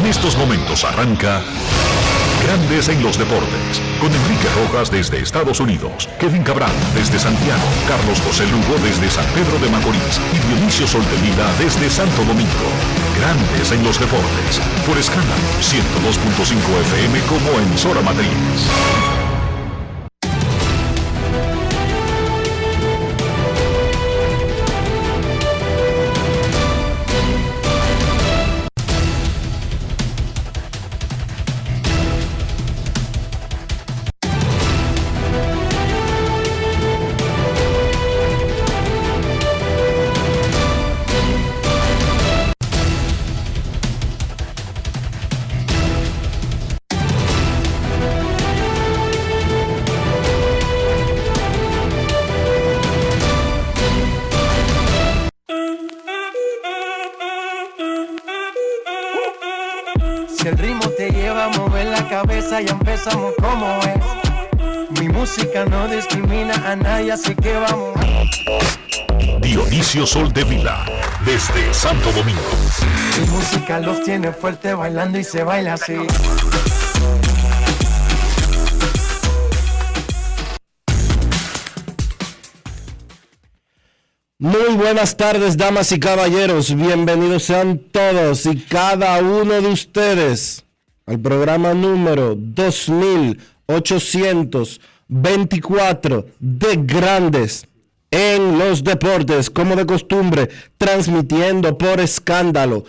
En estos momentos arranca Grandes en los Deportes, con Enrique Rojas desde Estados Unidos, Kevin Cabral desde Santiago, Carlos José Lugo desde San Pedro de Macorís y Dionisio Solterida desde Santo Domingo. Grandes en los Deportes, por Escándalo 102.5 FM como emisora matriz. Ya empezamos como es. Mi música no discrimina a nadie, así que vamos. Dionisio Soldevila, desde Santo Domingo. Mi música los tiene fuerte bailando y se baila así. Muy buenas tardes, damas y caballeros. Bienvenidos sean todos y cada uno de ustedes al programa número 2824 de Grandes en los Deportes, como de costumbre, transmitiendo por Escándalo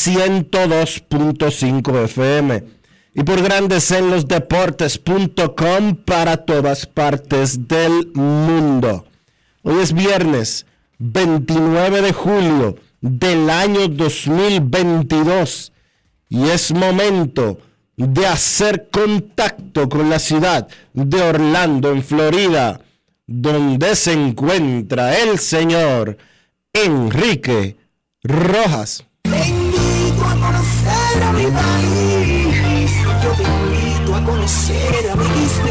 102.5 FM y por grandesenlosdeportes.com para todas partes del mundo. Hoy es viernes 29 de julio del año 2022 y es momento de hacer contacto con la ciudad de Orlando, en Florida, donde se encuentra el señor Enrique Rojas. Te invito a conocer a mi país, yo te invito a conocer a mi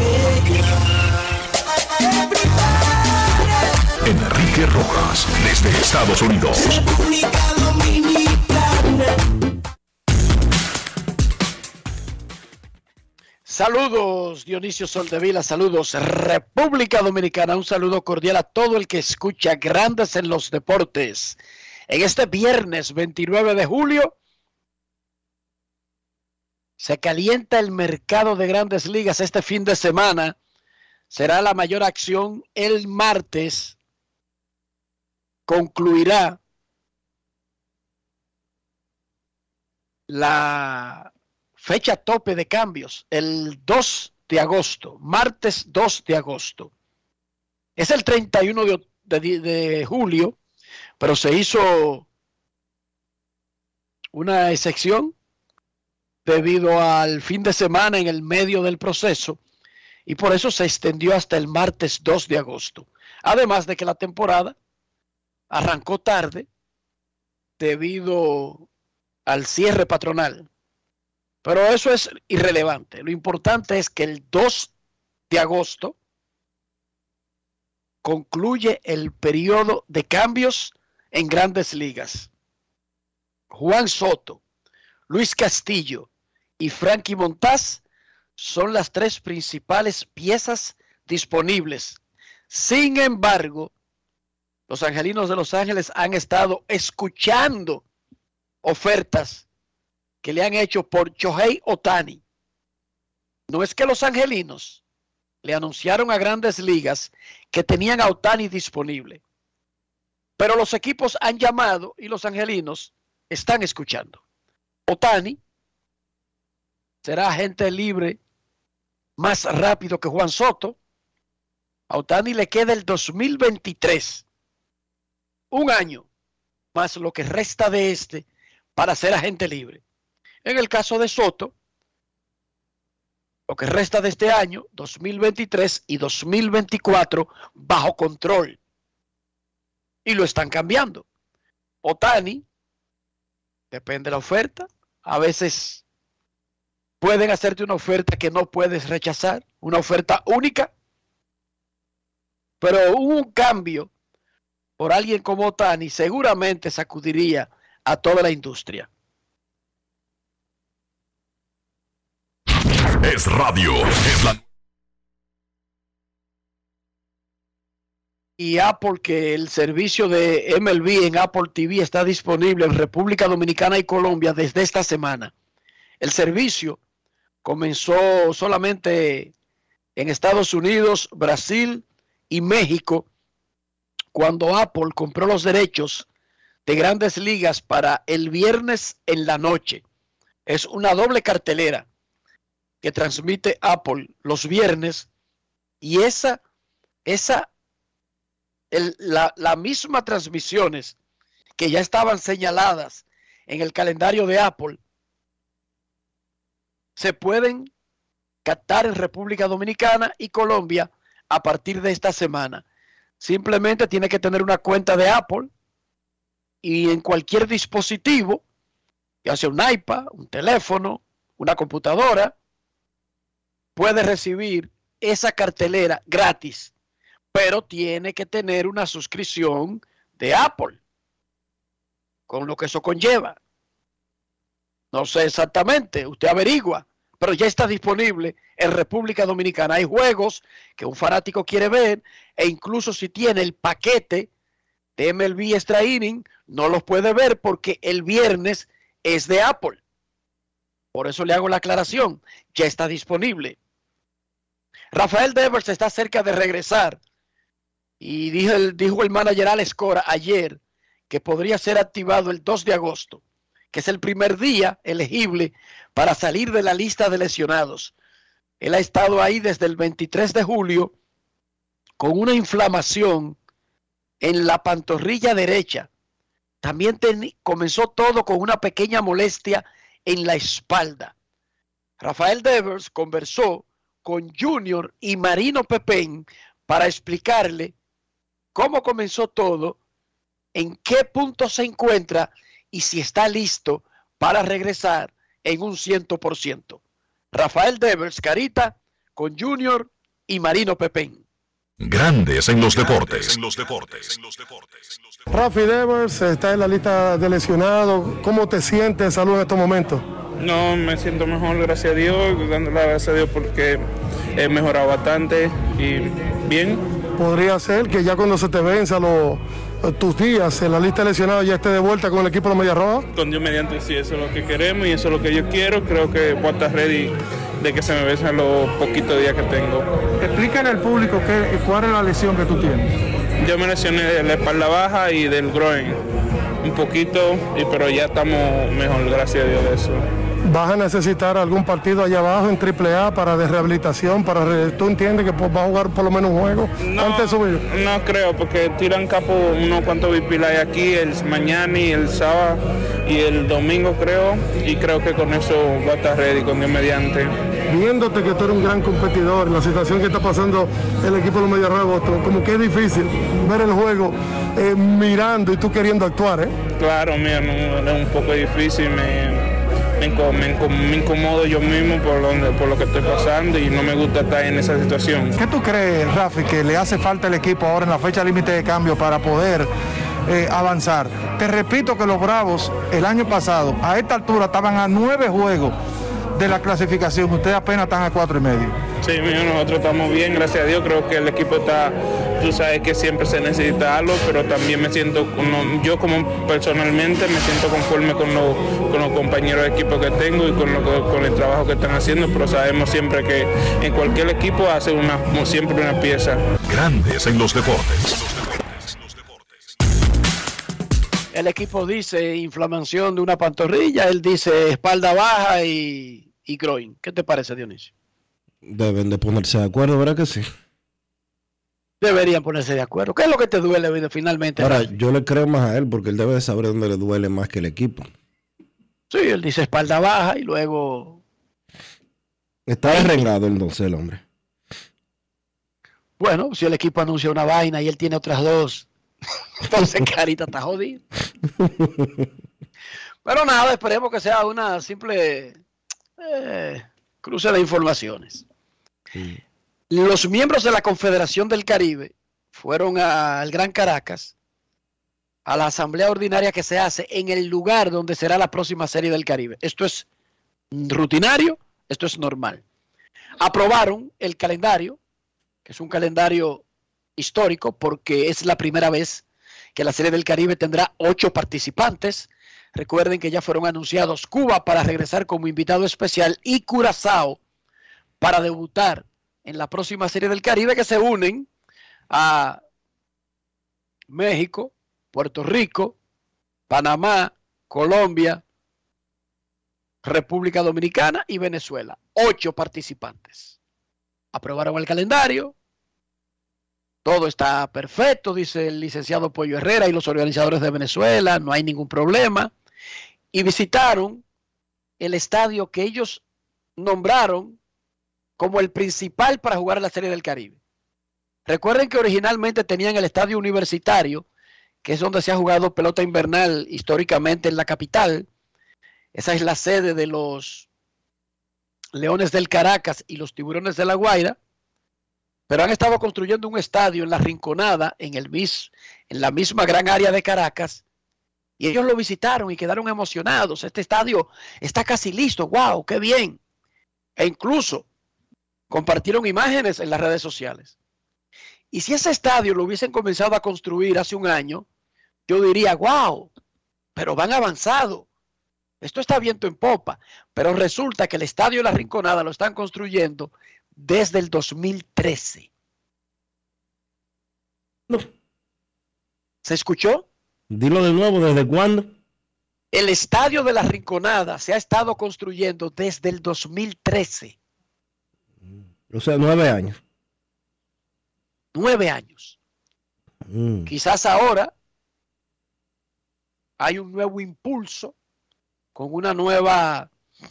Enrique Rojas, desde Estados Unidos. República Dominicana. Saludos Dionisio Soldevila, saludos República Dominicana, un saludo cordial a todo el que escucha Grandes en los Deportes. En este viernes 29 de julio se calienta el mercado de Grandes Ligas. Este fin de semana será la mayor acción. El martes concluirá la fecha tope de cambios, el 2 de agosto, martes 2 de agosto. Es el 31 de julio, pero se hizo una excepción debido al fin de semana en el medio del proceso y por eso se extendió hasta el martes 2 de agosto. Además de que la temporada arrancó tarde debido al cierre patronal. Pero eso es irrelevante. Lo importante es que el 2 de agosto concluye el periodo de cambios en Grandes Ligas. Juan Soto, Luis Castillo y Frankie Montas son las tres principales piezas disponibles. Sin embargo, los angelinos de Los Ángeles han estado escuchando ofertas que le han hecho por Shohei Ohtani. No es que los angelinos le anunciaron a Grandes Ligas que tenían a Ohtani disponible, pero los equipos han llamado y los angelinos están escuchando. Ohtani será agente libre más rápido que Juan Soto. A Ohtani le queda el 2023, un año más lo que resta de este para ser agente libre. En el caso de Soto, lo que resta de este año, 2023 y 2024, bajo control. Y lo están cambiando. Ohtani, depende de la oferta. A veces pueden hacerte una oferta que no puedes rechazar, una oferta única. Pero un cambio por alguien como Ohtani seguramente sacudiría a toda la industria. es radio. Es la... Y Apple, que el servicio de MLB en Apple TV está disponible en República Dominicana y Colombia desde esta semana. El servicio comenzó solamente en Estados Unidos, Brasil y México cuando Apple compró los derechos de Grandes Ligas para el viernes en la noche. Es una doble cartelera que transmite Apple los viernes y la misma transmisiones que ya estaban señaladas en el calendario de Apple se pueden captar en República Dominicana y Colombia a partir de esta semana. Simplemente tiene que tener una cuenta de Apple y en cualquier dispositivo, ya sea un iPad, un teléfono, una computadora, puede recibir esa cartelera gratis, pero tiene que tener una suscripción de Apple, con lo que eso conlleva. No sé exactamente, usted averigua, pero ya está disponible en República Dominicana. Hay juegos que un fanático quiere ver e incluso si tiene el paquete de MLB Extra Inning, no los puede ver porque el viernes es de Apple. Por eso le hago la aclaración, ya está disponible. Rafael Devers está cerca de regresar y dijo el manager Alex Cora ayer que podría ser activado el 2 de agosto, que es el primer día elegible para salir de la lista de lesionados. Él ha estado ahí desde el 23 de julio con una inflamación en la pantorrilla derecha. También comenzó todo con una pequeña molestia en la espalda. Rafael Devers conversó con Junior y Marino Pepén para explicarle cómo comenzó todo, en qué punto se encuentra y si está listo para regresar en un 100%. Rafael Devers, Carita, con Junior y Marino Pepén. Grandes en los deportes. Rafi Devers está en la lista de lesionados. ¿Cómo te sientes de salud en estos momentos? No, me siento mejor, gracias a Dios, dándole gracias a Dios porque he mejorado bastante y bien. Podría ser que ya cuando se te venza tus días en la lista de lesionados ya esté de vuelta con el equipo de los Medias Rojas. Con Dios mediante, sí, eso es lo que queremos y eso es lo que yo quiero. Creo que voy a estar ready de que se me venzan los poquitos días que tengo. Explícale al público cuál es la lesión que tú tienes. Yo me lesioné de la espalda baja y del groin un poquito, pero ya estamos mejor, gracias a Dios de eso. ¿Vas a necesitar algún partido allá abajo en AAA para de rehabilitación? ¿Tú entiendes que vas a jugar por lo menos un juego antes de subir? No creo, porque tiran capo unos cuantos bipilares aquí, el mañana y el sábado y el domingo creo, y creo que con eso va a estar ready, con Dios mediante. Viéndote que tú eres un gran competidor, la situación que está pasando el equipo de los Medias Rojas, como que es difícil ver el juego mirando y tú queriendo actuar, ¿eh? Claro, mira, no, es un poco difícil, me incomodo yo mismo por lo que estoy pasando y no me gusta estar en esa situación. ¿Qué tú crees, Rafi, que le hace falta al equipo ahora en la fecha límite de cambio para poder avanzar? Te repito que los Bravos el año pasado a esta altura estaban a 9 juegos de la clasificación, ustedes apenas están a 4.5. Sí, mira, nosotros estamos bien, gracias a Dios. Creo que el equipo está, tú sabes que siempre se necesita algo, pero también me siento, yo como personalmente me siento conforme con los compañeros de equipo que tengo y con el trabajo que están haciendo, pero sabemos siempre que en cualquier equipo hace siempre una pieza. Grandes en los deportes. El equipo dice inflamación de una pantorrilla, él dice espalda baja y groin. ¿Qué te parece, Dionisio? Deben de ponerse de acuerdo, ¿verdad que sí? Deberían ponerse de acuerdo. ¿Qué es lo que te duele finalmente? Ahora, yo le creo más a él porque él debe de saber dónde le duele más que el equipo. Sí, él dice espalda baja y luego... Está derrengado entonces el hombre. Bueno, si el equipo anuncia una vaina y él tiene otras dos, entonces Carita está jodido. Pero nada, esperemos que sea una simple cruce de informaciones. Sí. Los miembros de la Confederación del Caribe fueron al Gran Caracas a la asamblea ordinaria que se hace en el lugar donde será la próxima Serie del Caribe. Esto es rutinario, esto es normal. Aprobaron el calendario, que es un calendario histórico porque es la primera vez que la Serie del Caribe tendrá 8 participantes. Recuerden que ya fueron anunciados Cuba para regresar como invitado especial y Curazao para debutar en la próxima Serie del Caribe, que se unen a México, Puerto Rico, Panamá, Colombia, República Dominicana y Venezuela. 8 participantes. Aprobaron el calendario. Todo está perfecto, dice el licenciado Pollo Herrera y los organizadores de Venezuela. No hay ningún problema. Y visitaron el estadio que ellos nombraron como el principal para jugar en la Serie del Caribe. Recuerden que originalmente tenían el estadio universitario, que es donde se ha jugado pelota invernal históricamente en la capital. Esa es la sede de los Leones del Caracas y los Tiburones de La Guaira. Pero han estado construyendo un estadio en La Rinconada, en la misma gran área de Caracas, y ellos lo visitaron y quedaron emocionados. Este estadio está casi listo, wow, qué bien. E incluso compartieron imágenes en las redes sociales. Y si ese estadio lo hubiesen comenzado a construir hace un año, yo diría, wow, pero van avanzado. Esto está viento en popa. Pero resulta que el estadio de La Rinconada lo están construyendo desde el 2013. No. ¿Se escuchó? Dilo de nuevo, ¿desde cuándo? El estadio de La Rinconada se ha estado construyendo desde el 2013. O sea, 9 años. 9 años. Quizás ahora hay un nuevo impulso con una nueva,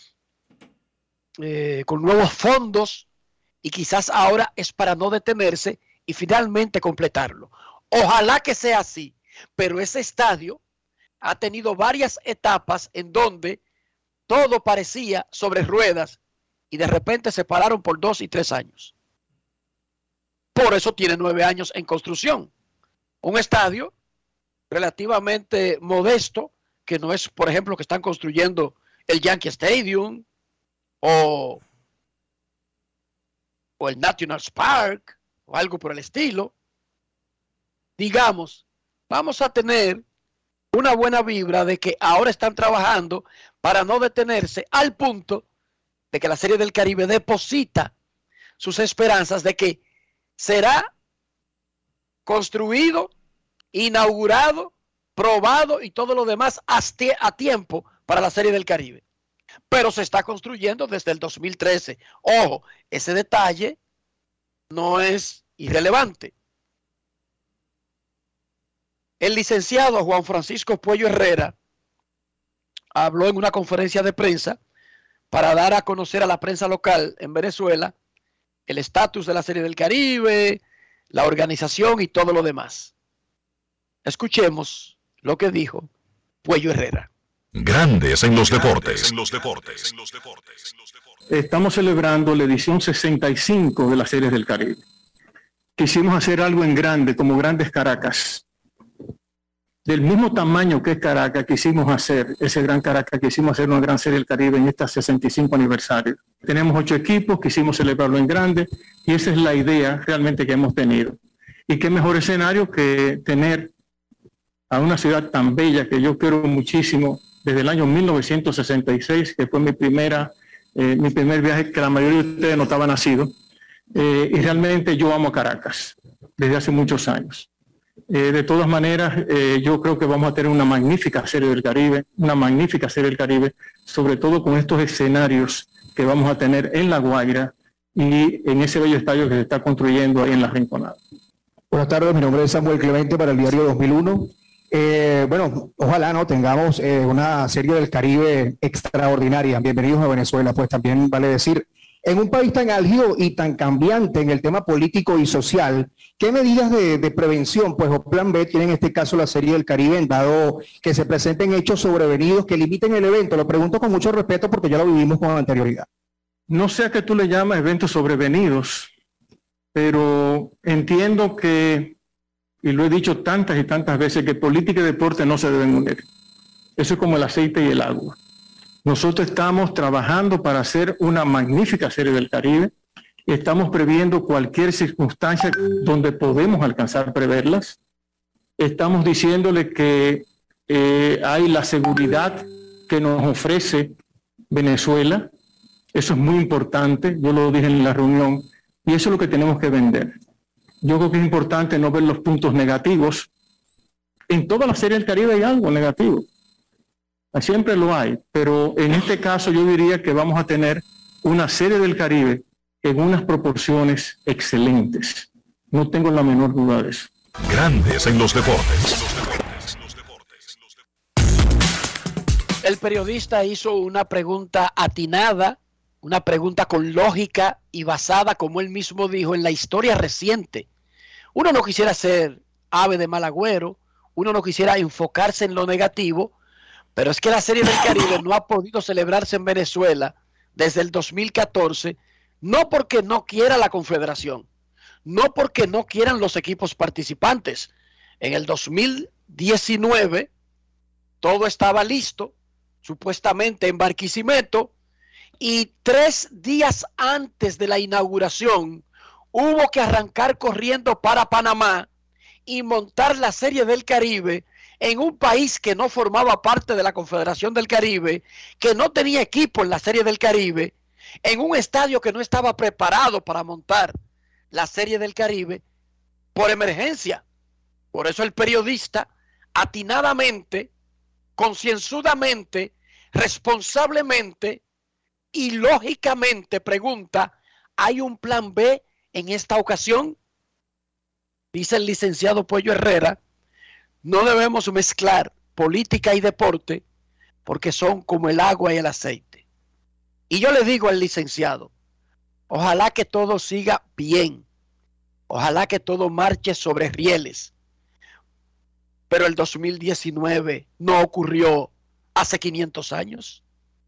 con nuevos fondos, y quizás ahora es para no detenerse y finalmente completarlo. Ojalá que sea así, pero ese estadio ha tenido varias etapas en donde todo parecía sobre ruedas y de repente se pararon por 2 y 3 años. Por eso tiene 9 años en construcción. Un estadio relativamente modesto, que no es, por ejemplo, que están construyendo el Yankee Stadium o el National Park o algo por el estilo. Digamos, vamos a tener una buena vibra de que ahora están trabajando para no detenerse, al punto de que la Serie del Caribe deposita sus esperanzas de que será construido, inaugurado, probado y todo lo demás a tiempo para la Serie del Caribe. Pero se está construyendo desde el 2013. Ojo, ese detalle no es irrelevante. El licenciado Juan Francisco Puello Herrera habló en una conferencia de prensa para dar a conocer a la prensa local en Venezuela el estatus de la Serie del Caribe, la organización y todo lo demás. Escuchemos lo que dijo Puello Herrera. Grandes en los deportes. Estamos celebrando la edición 65 de las Series del Caribe. Quisimos hacer algo en grande, como Grandes Caracas. Del mismo tamaño que es Caracas, quisimos hacer, ese Gran Caracas, quisimos hacer una gran Serie del Caribe en este 65 aniversario. Tenemos 8 equipos, quisimos celebrarlo en grande, y esa es la idea realmente que hemos tenido. Y qué mejor escenario que tener a una ciudad tan bella que yo quiero muchísimo, desde el año 1966, que fue mi primer viaje, que la mayoría de ustedes no estaban nacidos, y realmente yo amo Caracas desde hace muchos años. De todas maneras, yo creo que vamos a tener una magnífica Serie del Caribe, sobre todo con estos escenarios que vamos a tener en La Guaira y en ese bello estadio que se está construyendo ahí en La Rinconada. Buenas tardes, mi nombre es Samuel Clemente para el diario 2001. Bueno, ojalá no tengamos una Serie del Caribe extraordinaria. Bienvenidos a Venezuela, pues también vale decir, en un país tan álgido y tan cambiante en el tema político y social, ¿qué medidas de prevención, pues, o plan B tiene en este caso la Serie del Caribe, en dado que se presenten hechos sobrevenidos que limiten el evento? Lo pregunto con mucho respeto porque ya lo vivimos con anterioridad. No sé a qué tú le llamas eventos sobrevenidos, pero entiendo que, y lo he dicho tantas y tantas veces, que política y deporte no se deben unir. Eso es como el aceite y el agua. Nosotros estamos trabajando para hacer una magnífica Serie del Caribe. Estamos previendo cualquier circunstancia donde podemos alcanzar a preverlas. Estamos diciéndole que hay la seguridad que nos ofrece Venezuela. Eso es muy importante, yo lo dije en la reunión, y eso es lo que tenemos que vender. Yo creo que es importante no ver los puntos negativos. En toda la Serie del Caribe hay algo negativo. Siempre lo hay, pero en este caso yo diría que vamos a tener una Serie del Caribe en unas proporciones excelentes. No tengo la menor duda de eso. Grandes en los deportes. El periodista hizo una pregunta atinada, una pregunta con lógica y basada, como él mismo dijo, en la historia reciente. Uno no quisiera ser ave de mal agüero, uno no quisiera enfocarse en lo negativo, pero es que la Serie del Caribe no ha podido celebrarse en Venezuela desde el 2014, no porque no quiera la Confederación, no porque no quieran los equipos participantes. En el 2019 todo estaba listo, supuestamente en Barquisimeto, y 3 días antes de la inauguración hubo que arrancar corriendo para Panamá y montar la Serie del Caribe en un país que no formaba parte de la Confederación del Caribe, que no tenía equipo en la Serie del Caribe, en un estadio que no estaba preparado para montar la Serie del Caribe por emergencia. Por eso el periodista atinadamente, concienzudamente, responsablemente y lógicamente pregunta, ¿hay un plan B en esta ocasión? Dice el licenciado Pollo Herrera, no debemos mezclar política y deporte porque son como el agua y el aceite. Y yo le digo al licenciado, ojalá que todo siga bien, ojalá que todo marche sobre rieles, pero el 2019 no ocurrió hace 500 años.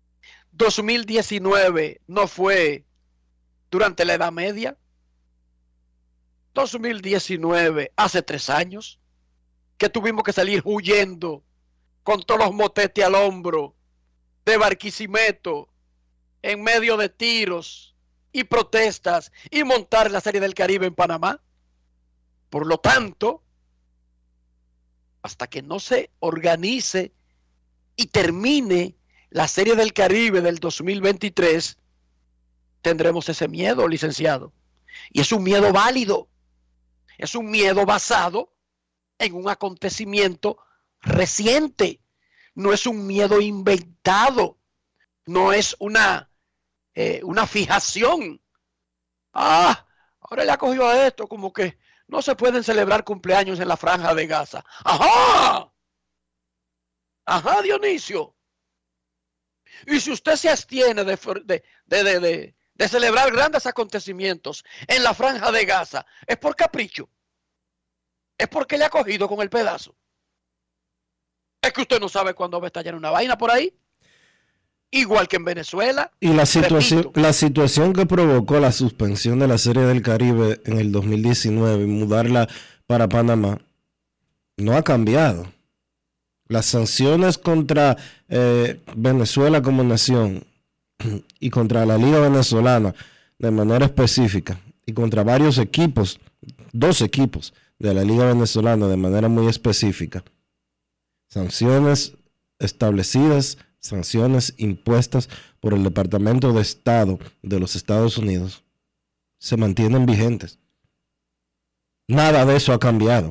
2019 no fue durante la Edad Media. 2019 hace 3 años que tuvimos que salir huyendo con todos los motetes al hombro de Barquisimeto en medio de tiros y protestas y montar la Serie del Caribe en Panamá. Por lo tanto, hasta que no se organice y termine la Serie del Caribe del 2023, tendremos ese miedo, licenciado. Y es un miedo válido. Es un miedo basado en un acontecimiento reciente. No es un miedo inventado. No es una fijación. Ahora le ha cogido a esto como que no se pueden celebrar cumpleaños en la Franja de Gaza. ¡Ajá! ¡Ajá, Dionisio! Y si usted se abstiene de celebrar grandes acontecimientos en la Franja de Gaza, es por capricho. Es porque le ha cogido con el pedazo. Es que usted no sabe cuándo va a estallar una vaina por ahí. Igual que en Venezuela. Y la situación que provocó la suspensión de la Serie del Caribe en el 2019 y mudarla para Panamá no ha cambiado. Las sanciones contra Venezuela como nación y contra la Liga Venezolana de manera específica y contra varios equipos, 2 equipos de la Liga Venezolana de manera muy específica, sanciones establecidas, sanciones impuestas por el Departamento de Estado de los Estados Unidos, se mantienen vigentes. Nada de eso ha cambiado.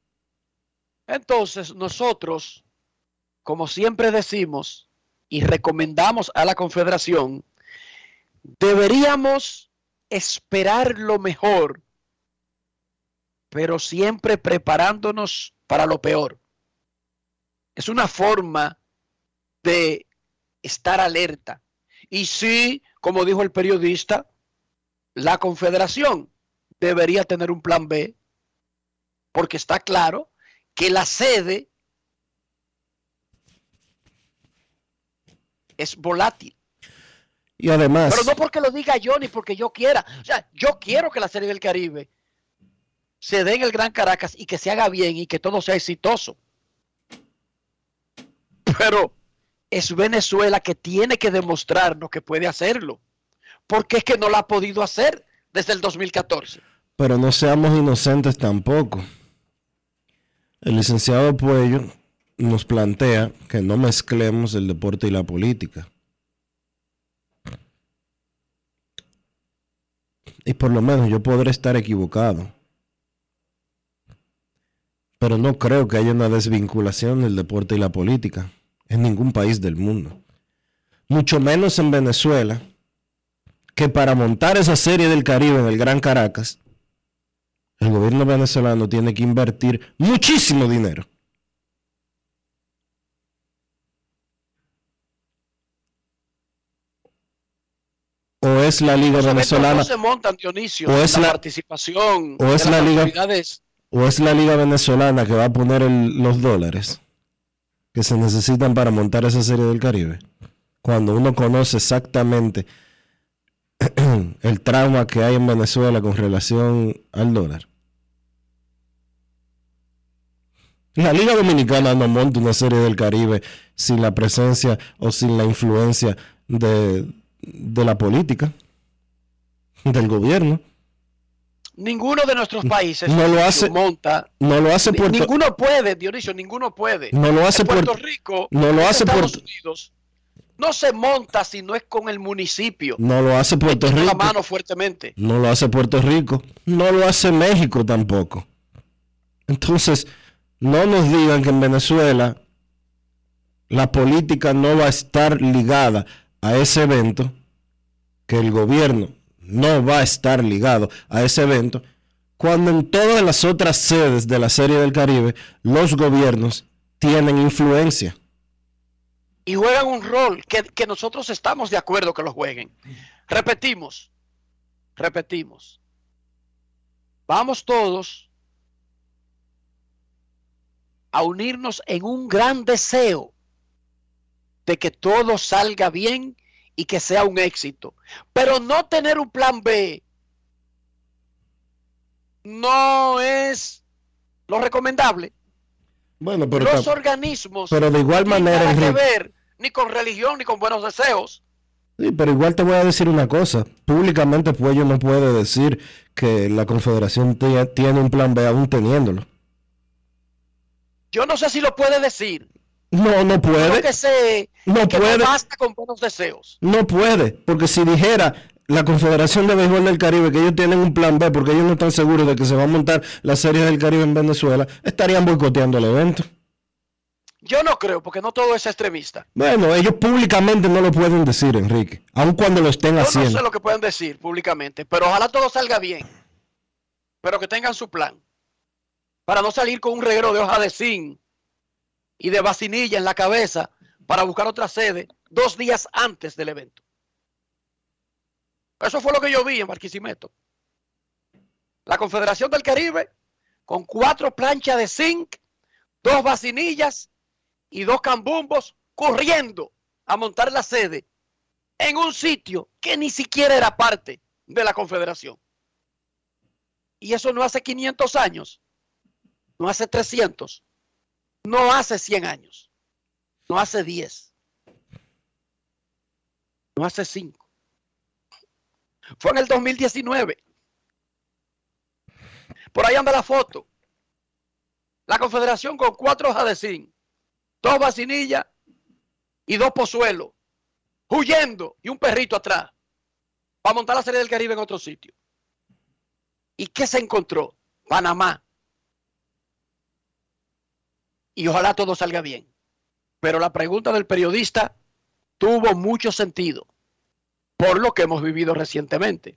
Entonces nosotros, como siempre decimos y recomendamos a la Confederación, deberíamos esperar lo mejor, pero siempre preparándonos para lo peor. Es una forma de estar alerta. Y sí, como dijo el periodista, la Confederación debería tener un plan B, porque está claro que la sede es volátil. Y además, pero no porque lo diga yo ni porque yo quiera. O sea, yo quiero que la Serie del Caribe se dé en el Gran Caracas y que se haga bien y que todo sea exitoso. Pero es Venezuela que tiene que demostrarnos que puede hacerlo, porque es que no lo ha podido hacer desde el 2014. Pero no seamos inocentes tampoco. El licenciado Puello nos plantea que no mezclemos el deporte y la política. Y por lo menos yo podré estar equivocado. Pero no creo que haya una desvinculación del deporte y la política en ningún país del mundo. Mucho menos en Venezuela, que para montar esa serie del Caribe en el Gran Caracas, el gobierno venezolano tiene que invertir muchísimo dinero. O es la Liga Venezolana. No se montan, Dionisio, o es la participación o es de la las Liga, autoridades. o es la Liga Venezolana que va a poner los dólares que se necesitan para montar esa serie del Caribe. Cuando uno conoce exactamente el trauma que hay en Venezuela con relación al dólar. La Liga Dominicana no monta una serie del Caribe sin la presencia o sin la influencia de la política, del gobierno. Ninguno de nuestros países no lo hace, monta. No lo hace Puerto Rico. Ninguno puede, Dionisio, ninguno puede. No lo hace Puerto Rico. No lo hace Estados Unidos. No se monta si no es con el municipio. No lo hace Puerto Rico. La mano fuertemente. No lo hace Puerto Rico. No lo hace México tampoco. Entonces, no nos digan que en Venezuela la política no va a estar ligada a ese evento, que el gobierno no va a estar ligado a ese evento, cuando en todas las otras sedes de la Serie del Caribe los gobiernos tienen influencia. Y juegan un rol que nosotros estamos de acuerdo que lo jueguen. Repetimos. Vamos todos a unirnos en un gran deseo de que todo salga bien y que sea un éxito. Pero no tener un plan B no es lo recomendable. Bueno, pero los organismos pero de igual manera, no tienen nada que ver ni con religión ni con buenos deseos. Sí, pero igual te voy a decir una cosa. Públicamente Puello no puede decir que la Confederación tiene un plan B aún teniéndolo. Yo no sé si lo puede decir. No puede. No puede. No basta con buenos deseos. No puede, porque si dijera la Confederación de Béisbol del Caribe que ellos tienen un plan B porque ellos no están seguros de que se va a montar la Serie del Caribe en Venezuela, estarían boicoteando el evento. Yo no creo, porque no todo es extremista. Bueno, ellos públicamente no lo pueden decir, Enrique, aun cuando lo estén haciendo. Yo no sé lo que pueden decir públicamente, pero ojalá todo salga bien. Pero que tengan su plan. Para no salir con un reguero de hoja de zinc y de vacinilla en la cabeza para buscar otra sede 2 días antes del evento. Eso fue lo que yo vi en Barquisimeto. La Confederación del Caribe con 4 planchas de zinc, 2 vacinillas y 2 cambumbos corriendo a montar la sede en un sitio que ni siquiera era parte de la Confederación. Y eso no hace 500 años, no hace 300, no hace 100 años, no hace 10, no hace 5. Fue en el 2019. Por ahí anda la foto. La Confederación con 4 hojas de zinc, 2 vacinillas y 2 pozuelos, huyendo y un perrito atrás para montar la Serie del Caribe en otro sitio. ¿Y qué se encontró? Panamá. Y ojalá todo salga bien. Pero la pregunta del periodista tuvo mucho sentido por lo que hemos vivido recientemente.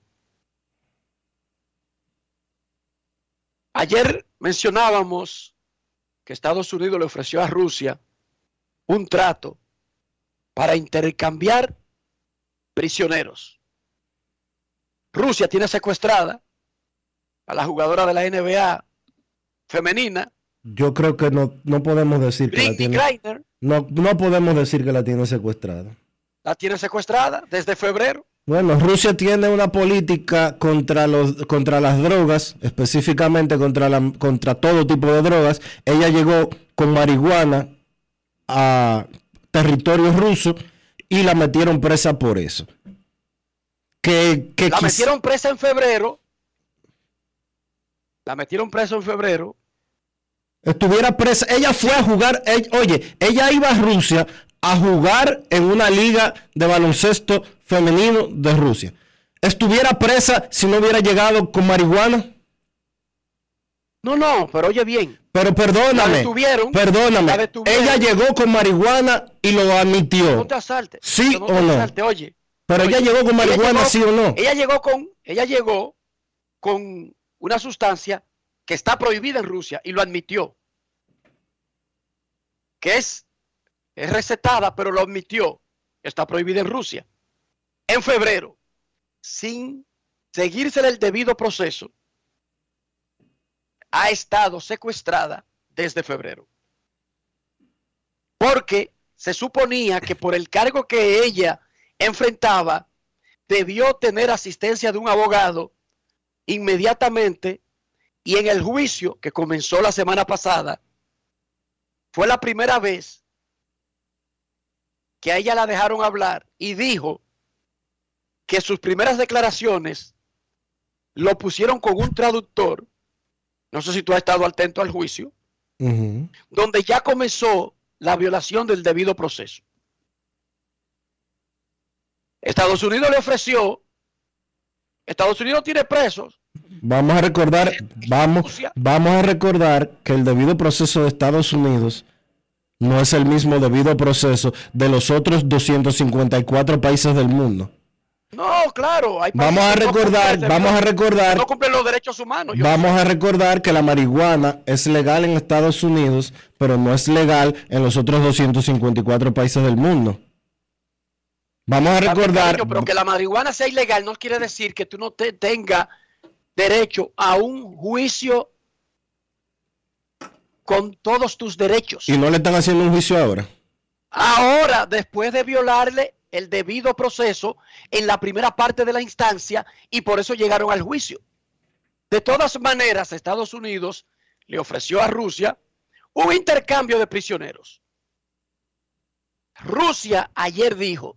Ayer mencionábamos que Estados Unidos le ofreció a Rusia un trato para intercambiar prisioneros. Rusia tiene secuestrada a la jugadora de la NBA femenina. Yo creo que no podemos decir que la tiene. Greiner. No podemos decir que la tiene secuestrada. La tiene secuestrada desde febrero. Bueno, Rusia tiene una política contra las drogas, específicamente contra todo tipo de drogas. Ella llegó con marihuana a territorio ruso y la metieron presa por eso. La metieron presa en febrero. La metieron presa en febrero. Estuviera presa. Ella fue a jugar. Ella iba a Rusia a jugar en una liga de baloncesto femenino de Rusia. ¿Estuviera presa si no hubiera llegado con marihuana? No, pero oye bien. Pero perdóname. Ella llegó con marihuana y lo admitió. No te asaltes. ¿Sí o no? Oye. Pero ella llegó con marihuana, ¿sí o no? Ella llegó con una sustancia que está prohibida en Rusia y lo admitió. Que es recetada, pero lo admitió. Está prohibida en Rusia. En febrero, sin seguirse el debido proceso, ha estado secuestrada desde febrero. Porque se suponía que por el cargo que ella enfrentaba, debió tener asistencia de un abogado inmediatamente, y en el juicio que comenzó la semana pasada, fue la primera vez que a ella la dejaron hablar y dijo que sus primeras declaraciones lo pusieron con un traductor. No sé si tú has estado atento al juicio, donde ya comenzó la violación del debido proceso. Estados Unidos le ofreció, Estados Unidos tiene presos. Vamos a recordar que el debido proceso de Estados Unidos no es el mismo debido proceso de los otros 254 países del mundo. No, claro. Vamos a recordar. No cumplen los derechos humanos. Vamos a recordar que la marihuana es legal en Estados Unidos, pero no es legal en los otros 254 países del mundo. Vamos a recordar. Pero que la marihuana sea ilegal no quiere decir que tú no tengas derecho a un juicio con todos tus derechos. ¿Y no le están haciendo un juicio ahora? Ahora, después de violarle el debido proceso en la primera parte de la instancia, y por eso llegaron al juicio. De todas maneras, Estados Unidos le ofreció a Rusia un intercambio de prisioneros. Rusia ayer dijo,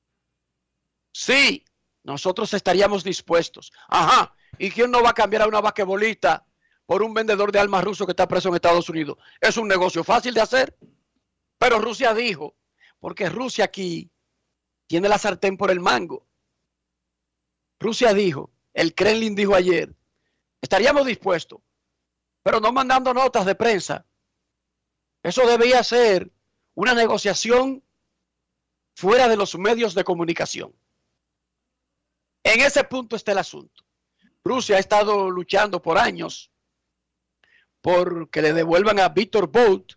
sí, nosotros estaríamos dispuestos. Ajá, ¿y quién no va a cambiar a una basquetbolista por un vendedor de armas ruso que está preso en Estados Unidos? Es un negocio fácil de hacer. Pero Rusia dijo, porque Rusia aquí tiene la sartén por el mango. Rusia dijo, el Kremlin dijo ayer, estaríamos dispuestos, pero no mandando notas de prensa. Eso debía ser una negociación fuera de los medios de comunicación. En ese punto está el asunto. Rusia ha estado luchando por años por que le devuelvan a Viktor Bout,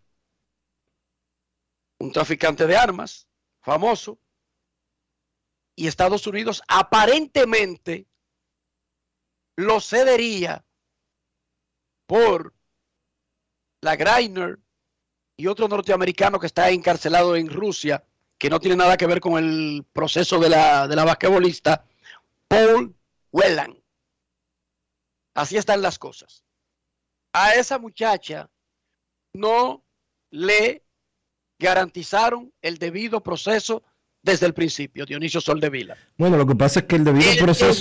un traficante de armas famoso, y Estados Unidos aparentemente lo cedería por la Greiner y otro norteamericano que está encarcelado en Rusia, que no tiene nada que ver con el proceso de la basquetbolista, Paul Whelan. Así están las cosas. A esa muchacha no le garantizaron el debido proceso desde el principio, Dionisio Soldevila. Bueno, lo que pasa es que el debido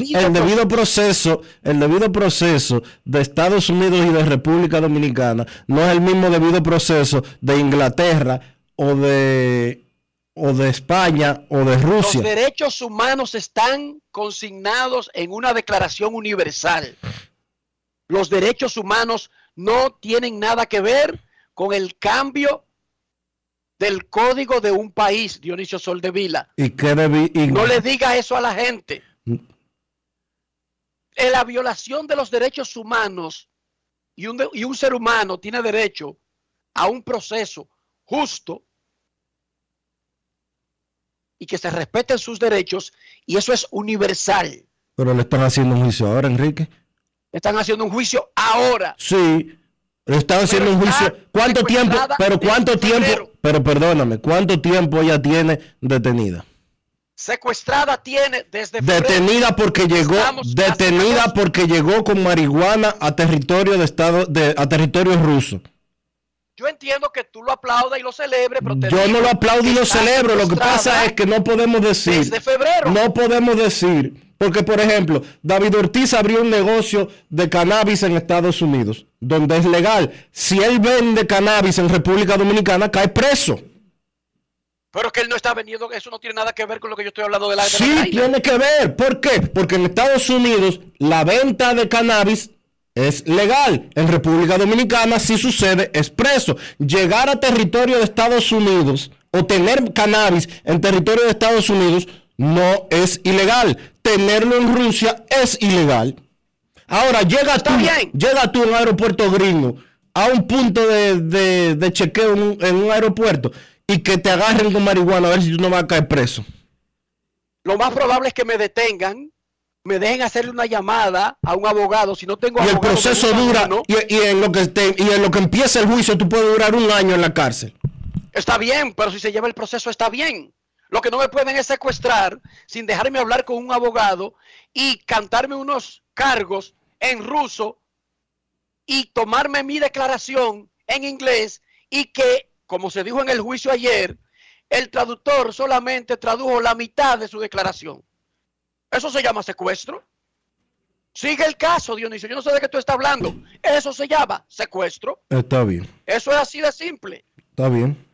proceso de Estados Unidos y de República Dominicana no es el mismo debido proceso de Inglaterra o de España o de Rusia. Los derechos humanos están consignados en una declaración universal. Los derechos humanos no tienen nada que ver con el cambio del código de un país, Dionisio Soldevila. No le diga eso a la gente. En la violación de los derechos humanos, y un ser humano tiene derecho a un proceso justo y que se respeten sus derechos, y eso es universal. Pero le están haciendo un juicio ahora, Enrique. Están haciendo un juicio ahora. Sí, le están haciendo un juicio. ¿Cuánto tiempo? Pero ¿cuánto tiempo? Pero perdóname, ¿cuánto tiempo ella tiene detenida? Secuestrada tiene desde febrero. Detenida porque llegó con marihuana a territorio a territorio ruso. Yo entiendo que tú lo aplaudas y lo celebres, pero yo no lo aplaudo y lo celebro. Lo que pasa es que no podemos decir. Desde febrero. No podemos decir Porque, por ejemplo, David Ortiz abrió un negocio de cannabis en Estados Unidos, donde es legal. Si él vende cannabis en República Dominicana, cae preso. Pero es que él no está vendiendo, eso no tiene nada que ver con lo que yo estoy hablando de la... Sí, tiene que ver. ¿Por qué? Porque en Estados Unidos la venta de cannabis es legal. En República Dominicana, si sucede, es preso. Llegar a territorio de Estados Unidos o tener cannabis en territorio de Estados Unidos no es ilegal. Tenerlo en Rusia es ilegal. Ahora, llega tú a un aeropuerto gringo, a un punto de chequeo en un aeropuerto, y que te agarren con marihuana a ver si tú no vas a caer preso. Lo más probable es que me detengan, me dejen hacerle una llamada a un abogado. Si no tengo abogado, y el proceso dura, y en lo que empieza el juicio, tú puedes durar 1 año en la cárcel. Está bien, pero si se lleva el proceso, está bien. Lo que no me pueden es secuestrar sin dejarme hablar con un abogado y cantarme unos cargos en ruso y tomarme mi declaración en inglés y que, como se dijo en el juicio ayer, el traductor solamente tradujo la mitad de su declaración. Eso se llama secuestro. Sigue el caso, Dionisio. Yo no sé de qué tú estás hablando. Eso se llama secuestro. Está bien. Eso es así de simple. Está bien.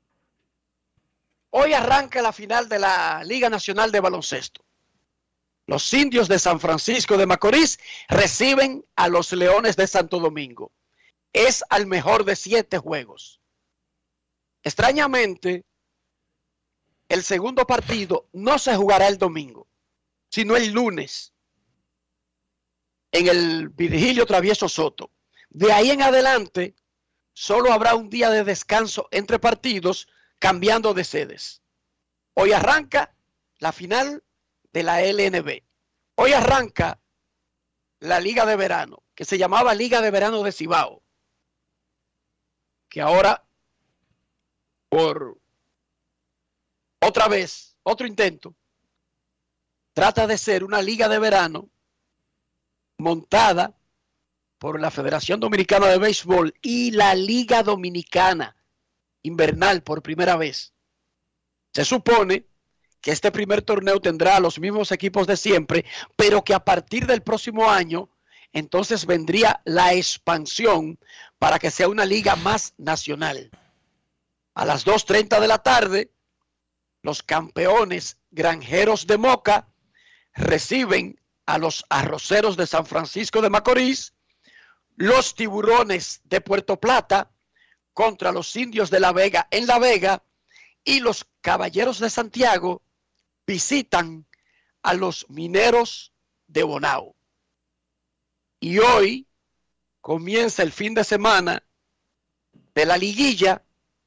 Hoy arranca la final de la Liga Nacional de Baloncesto. Los Indios de San Francisco de Macorís reciben a los Leones de Santo Domingo. Es al mejor de 7 juegos. Extrañamente, el segundo partido no se jugará el domingo, sino el lunes, en el Virgilio Travieso Soto. De ahí en adelante, solo habrá un día de descanso entre partidos, cambiando de sedes. Hoy arranca la final de la LNB. Hoy arranca la Liga de Verano, que se llamaba Liga de Verano de Cibao, que ahora, por otra vez, otro intento, trata de ser una liga de verano montada por la Federación Dominicana de Béisbol y la Liga Dominicana invernal por primera vez. Se supone que este primer torneo tendrá a los mismos equipos de siempre, pero que a partir del próximo año, entonces vendría la expansión para que sea una liga más nacional. A las 2:30 de la tarde, los campeones Granjeros de Moca reciben a los Arroceros de San Francisco de Macorís, los Tiburones de Puerto Plata contra los Indios de La Vega en La Vega, y los Caballeros de Santiago visitan a los Mineros de Bonao. Y hoy comienza el fin de semana de la liguilla,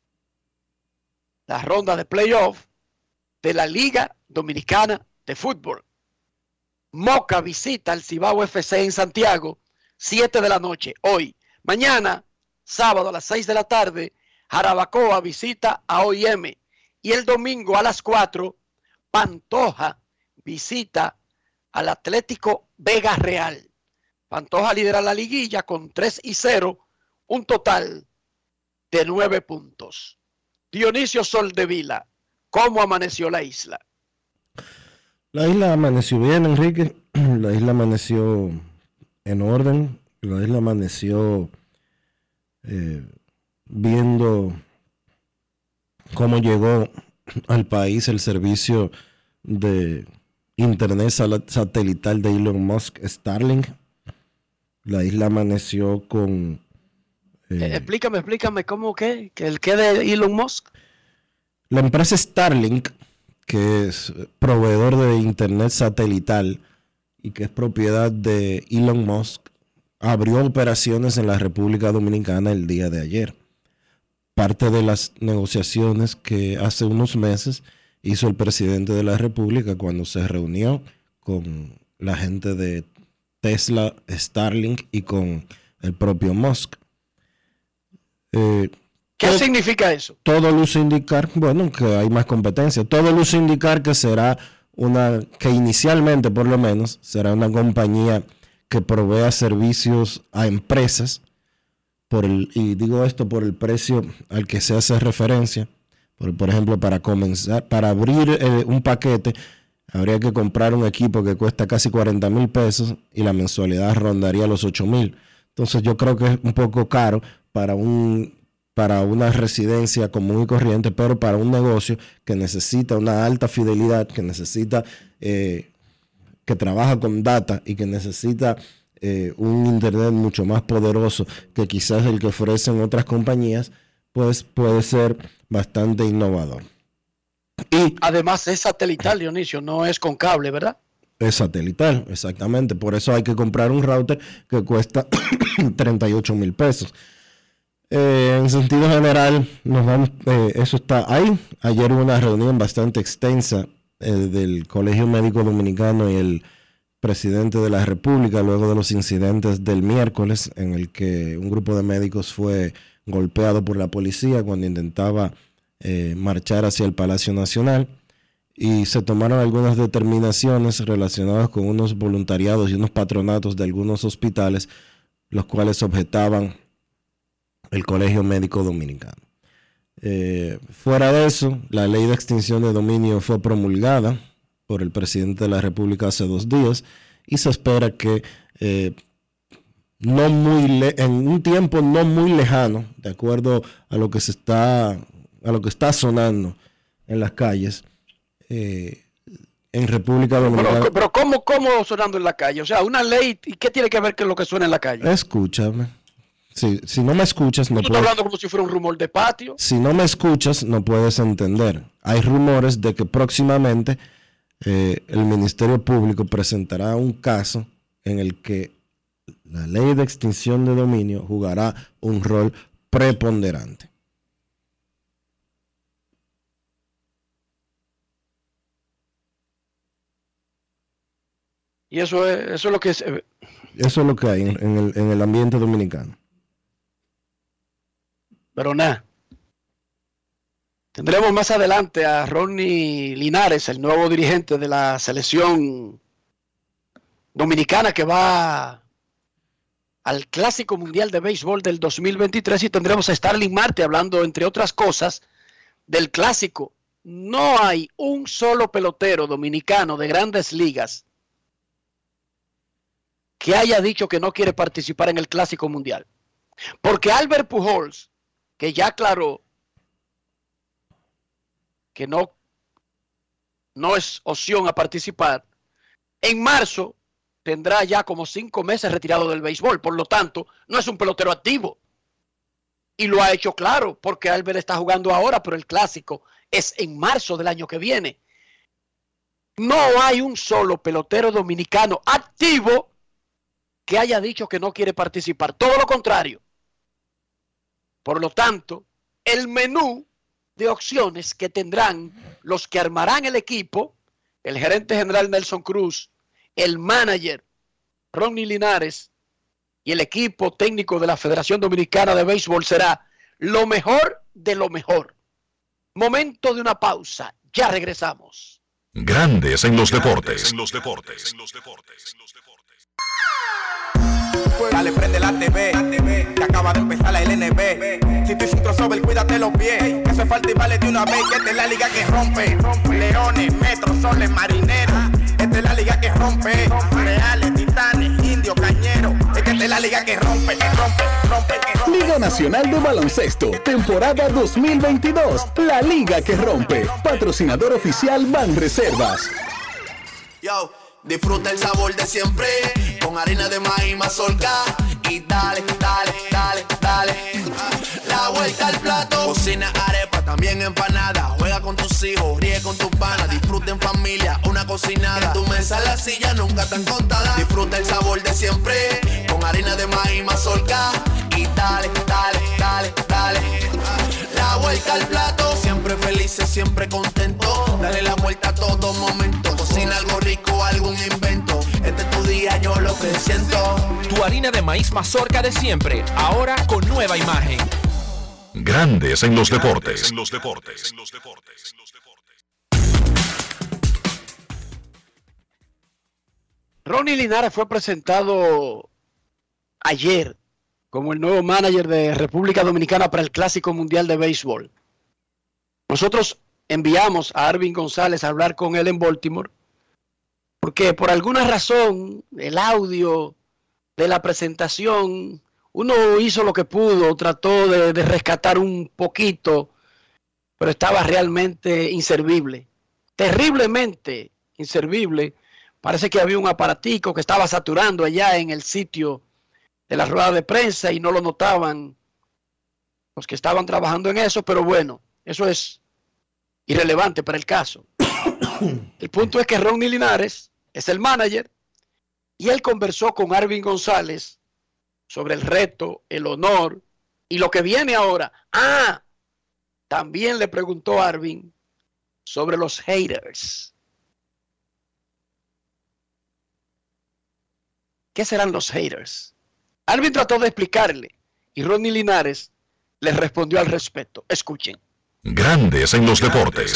la ronda de playoff de la Liga Dominicana de Fútbol. Moca visita al Cibao FC en Santiago, 7 de la noche, hoy. Mañana, sábado a las 6 de la tarde, Jarabacoa visita a OIM. Y el domingo a las 4, Pantoja visita al Atlético Vega Real. Pantoja lidera la liguilla con 3-0, un total de 9 puntos. Dionisio Soldevila, ¿cómo amaneció la isla? La isla amaneció bien, Enrique. La isla amaneció en orden. La isla amaneció viendo cómo llegó al país el servicio de internet satelital de Elon Musk, Starlink. La isla amaneció con... Explícame, ¿cómo qué? ¿El qué de Elon Musk? La empresa Starlink, que es proveedor de internet satelital y que es propiedad de Elon Musk, abrió operaciones en la República Dominicana el día de ayer. Parte de las negociaciones que hace unos meses hizo el presidente de la República cuando se reunió con la gente de Tesla, Starlink y con el propio Musk. ¿Qué significa eso? Todo luce indicar, bueno, que hay más competencia. Todo luce indicar que será que inicialmente por lo menos será una compañía que provea servicios a empresas y digo esto por el precio al que se hace referencia. Por ejemplo, para comenzar, para abrir un paquete habría que comprar un equipo que cuesta casi 40 mil pesos y la mensualidad rondaría los 8 mil. Entonces yo creo que es un poco caro para una residencia común y corriente, pero para un negocio que necesita una alta fidelidad, que necesita, que trabaja con data y que necesita un internet mucho más poderoso que quizás el que ofrecen otras compañías, pues puede ser bastante innovador. Y además es satelital, Dionisio, no es con cable, ¿verdad? Es satelital, exactamente. Por eso hay que comprar un router que cuesta 38 mil pesos. En sentido general, eso está ahí. Ayer hubo una reunión bastante extensa del Colegio Médico Dominicano y el presidente de la República, luego de los incidentes del miércoles, en el que un grupo de médicos fue golpeado por la policía cuando intentaba marchar hacia el Palacio Nacional, y se tomaron algunas determinaciones relacionadas con unos voluntariados y unos patronatos de algunos hospitales, los cuales objetaban el Colegio Médico Dominicano. Fuera de eso, la ley de extinción de dominio fue promulgada por el presidente de la República hace 2 días y se espera que en un tiempo no muy lejano, de acuerdo a lo que está sonando en las calles, en República Dominicana. Pero ¿cómo sonando en la calle? O sea, una ley, ¿y qué tiene que ver con lo que suena en la calle? Escúchame. Si no me escuchas, no puedes. Tú estás hablando como si fuera un rumor de patio. Si no me escuchas, no puedes entender. Hay rumores de que próximamente el Ministerio Público presentará un caso en el que la ley de extinción de dominio jugará un rol preponderante. Y eso es lo que es. Eso es lo que hay en el ambiente dominicano. Pero nada. Tendremos más adelante a Ronnie Linares, el nuevo dirigente de la selección dominicana que va al Clásico Mundial de Béisbol del 2023, y tendremos a Starling Marte hablando, entre otras cosas, del Clásico. No hay un solo pelotero dominicano de Grandes Ligas que haya dicho que no quiere participar en el Clásico Mundial. Porque Albert Pujols, que ya aclaró que no es opción a participar, en marzo tendrá ya como 5 meses retirado del béisbol. Por lo tanto, no es un pelotero activo. Y lo ha hecho claro, porque Albert está jugando ahora, pero el Clásico es en marzo del año que viene. No hay un solo pelotero dominicano activo que haya dicho que no quiere participar. Todo lo contrario. Por lo tanto, el menú de opciones que tendrán los que armarán el equipo, el gerente general Nelson Cruz, el manager Ronnie Linares y el equipo técnico de la Federación Dominicana de Béisbol, será lo mejor de lo mejor. Momento de una pausa. Ya regresamos. Grandes en los deportes. Dale, prende la TV, que acaba de empezar la LNB. Si tú hiciste un crossover, cuídate los pies. Que hace falta y vale de una vez. Que esta es la liga que rompe. Leones, metros, soles, marineros. Esta es la liga que rompe. Reales, titanes, indios, cañeros. Es que esta es la liga que rompe, que rompe. Liga Nacional de Baloncesto, temporada 2022. La liga que rompe. Patrocinador oficial Banreservas. Yo. Disfruta el sabor de siempre, con harina de maíz mazorca. Y dale, dale, dale, dale. La vuelta al plato. Cocina arepa, también empanada. Juega con tus hijos, ríe con tus panas. Disfruta en familia, una cocinada. En tu mesa la silla nunca tan contada. Disfruta el sabor de siempre, con harina de maíz mazorca. Y dale, dale, dale, dale. La vuelta al plato. Siempre felices, siempre contento. Dale la vuelta a todo momento. Cocina algo rico, algún invento. Este es tu día, yo lo que siento. Tu harina de maíz mazorca de siempre, ahora con nueva imagen. Grandes en los deportes. Ronnie Linares fue presentado ayer como el nuevo manager de República Dominicana para el Clásico Mundial de Béisbol. Nosotros enviamos a Arvin González a hablar con él en Baltimore porque por alguna razón el audio de la presentación, uno hizo lo que pudo, trató de rescatar un poquito, pero estaba realmente inservible, terriblemente inservible. Parece que había un aparatico que estaba saturando allá en el sitio de la rueda de prensa y no lo notaban los que estaban trabajando en eso, pero bueno, eso es irrelevante para el caso. El punto es que Ronnie Linares es el manager y él conversó con Arvin González sobre el reto, el honor y lo que viene ahora. También le preguntó a Arvin sobre los haters. ¿Qué serán los haters? Arvin trató de explicarle y Ronnie Linares le respondió al respecto. Escuchen. Grandes en los deportes.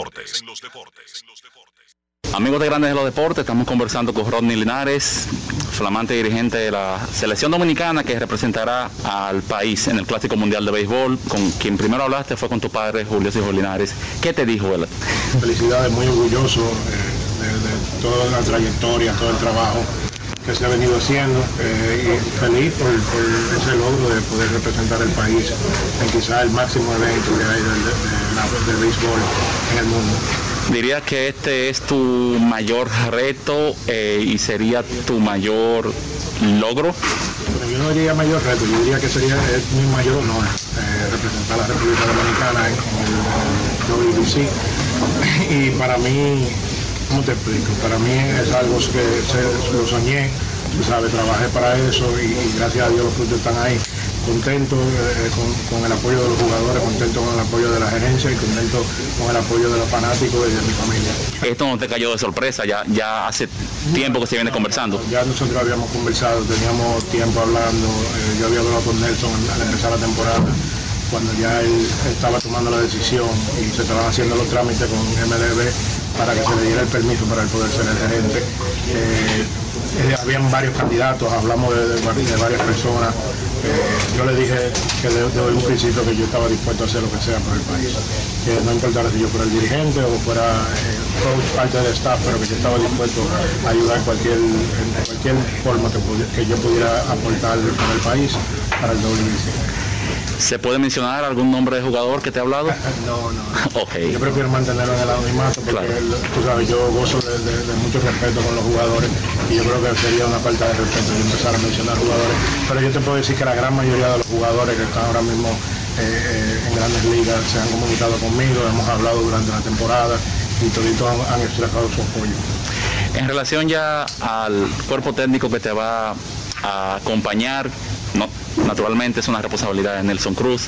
Amigos de Grandes en los Deportes, estamos conversando con Ronnie Linares, flamante dirigente de la selección dominicana que representará al país en el Clásico Mundial de Béisbol. Con quien primero hablaste fue con tu padre, Julio Cijo Linares. ¿Qué te dijo él? Felicidades, muy orgulloso de toda la trayectoria, todo el trabajo que se ha venido haciendo y feliz por ese logro de poder representar el país en quizá el máximo evento que hay del béisbol en el mundo. ¿Dirías que este es tu mayor reto y sería tu mayor logro? Bueno, yo no diría mayor reto, yo diría que es mi mayor honor representar a la República Dominicana en el WBC. Y para mí, ¿cómo te explico? Para mí es algo que lo soñé, tú sabes, trabajé para eso y gracias a Dios los frutos están ahí. Contento con el apoyo de los jugadores, contento con el apoyo de la gerencia y contento con el apoyo de los fanáticos y de mi familia. Esto no te cayó de sorpresa, ya hace tiempo que se viene conversando. Ya nosotros habíamos conversado, teníamos tiempo hablando, yo había hablado con Nelson al empezar la temporada, cuando ya él estaba tomando la decisión y se estaban haciendo los trámites con MLB para que se le diera el permiso para él poder ser el gerente. Habían varios candidatos, hablamos de varias personas. Yo le dije que desde un principio que yo estaba dispuesto a hacer lo que sea por el país, que no importara si yo fuera el dirigente o fuera coach, parte del staff, pero que yo estaba dispuesto a ayudar en cualquier forma que yo pudiera aportar para el país, para el WBC. ¿Se puede mencionar algún nombre de jugador que te ha hablado? No. Okay. Yo prefiero mantenerlo en el anonimato porque claro, tú sabes, yo gozo de mucho respeto con los jugadores y yo creo que sería una falta de respeto empezar a mencionar jugadores. Pero yo te puedo decir que la gran mayoría de los jugadores que están ahora mismo en Grandes Ligas se han comunicado conmigo, hemos hablado durante la temporada y toditos han expresado su apoyo. En relación ya al cuerpo técnico que te va a acompañar, no, naturalmente es una responsabilidad de Nelson Cruz.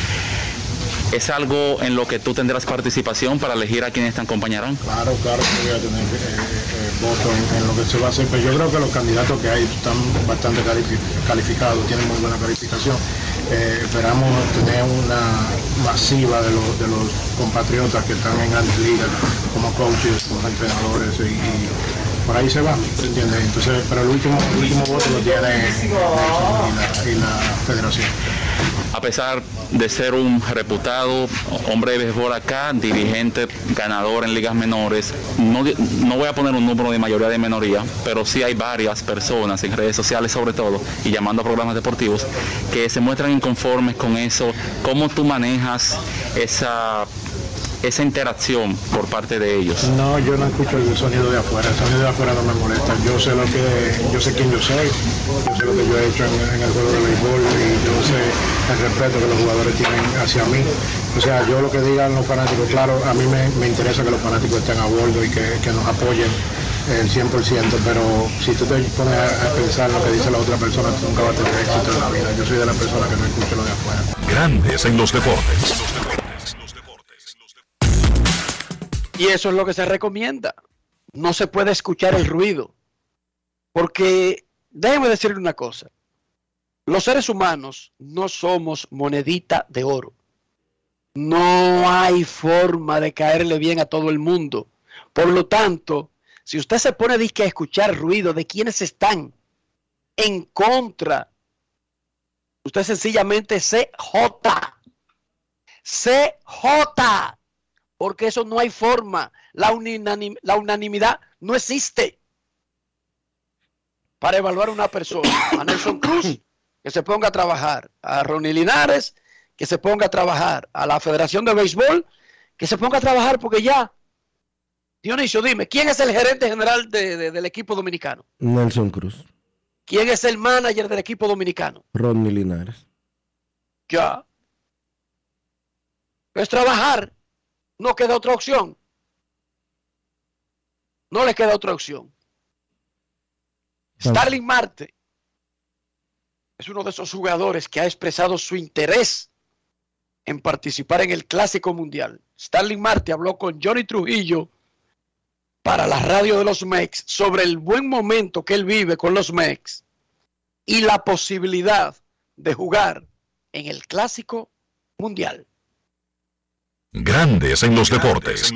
¿Es algo en lo que tú tendrás participación para elegir a quienes te acompañarán? Claro que voy a tener voto en lo que se va a hacer, pero yo creo que los candidatos que hay están bastante calificados, tienen muy buena calificación. Esperamos tener una masiva de los compatriotas que están en Grandes Ligas, como coaches, como entrenadores y por ahí se va, ¿entiendes? Entonces, pero el último voto lo tiene y la federación. A pesar de ser un reputado hombre de béisbol acá, dirigente, ganador en ligas menores, no voy a poner un número de mayoría de minoría, pero sí hay varias personas en redes sociales sobre todo, y llamando a programas deportivos, que se muestran inconformes con eso. ¿Cómo tú manejas esa interacción por parte de ellos? No, yo no escucho el sonido de afuera, el sonido de afuera no me molesta. Yo sé quién yo soy, yo sé lo que yo he hecho en el juego de béisbol y yo sé el respeto que los jugadores tienen hacia mí. O sea, yo lo que digan los fanáticos, claro, a mí me interesa que los fanáticos estén a bordo y que nos apoyen el 100%, pero si tú te pones a pensar lo que dice la otra persona, tú nunca vas a tener éxito en la vida. Yo soy de la persona que no escucha lo de afuera. Grandes en los deportes. Y eso es lo que se recomienda. No se puede escuchar el ruido. Porque, déjeme decirle una cosa. Los seres humanos no somos monedita de oro. No hay forma de caerle bien a todo el mundo. Por lo tanto, si usted se pone a escuchar ruido de quienes están en contra, usted sencillamente CJ. Porque eso no hay forma. La unanimidad no existe. para evaluar a una persona. A Nelson Cruz, que se ponga a trabajar. A Ronnie Linares, que se ponga a trabajar. A la Federación de Béisbol, que se ponga a trabajar, porque ya. Dionisio, dime, ¿quién es el gerente general del equipo dominicano? Nelson Cruz. ¿Quién es el manager del equipo dominicano? Ronnie Linares. Ya. Es trabajar. No queda otra opción. No le queda otra opción. Starling Marte es uno de esos jugadores que ha expresado su interés en participar en el Clásico Mundial. Starling Marte habló con Johnny Trujillo para la radio de los Mex sobre el buen momento que él vive con los Mex y la posibilidad de jugar en el Clásico Mundial. Grandes en los deportes.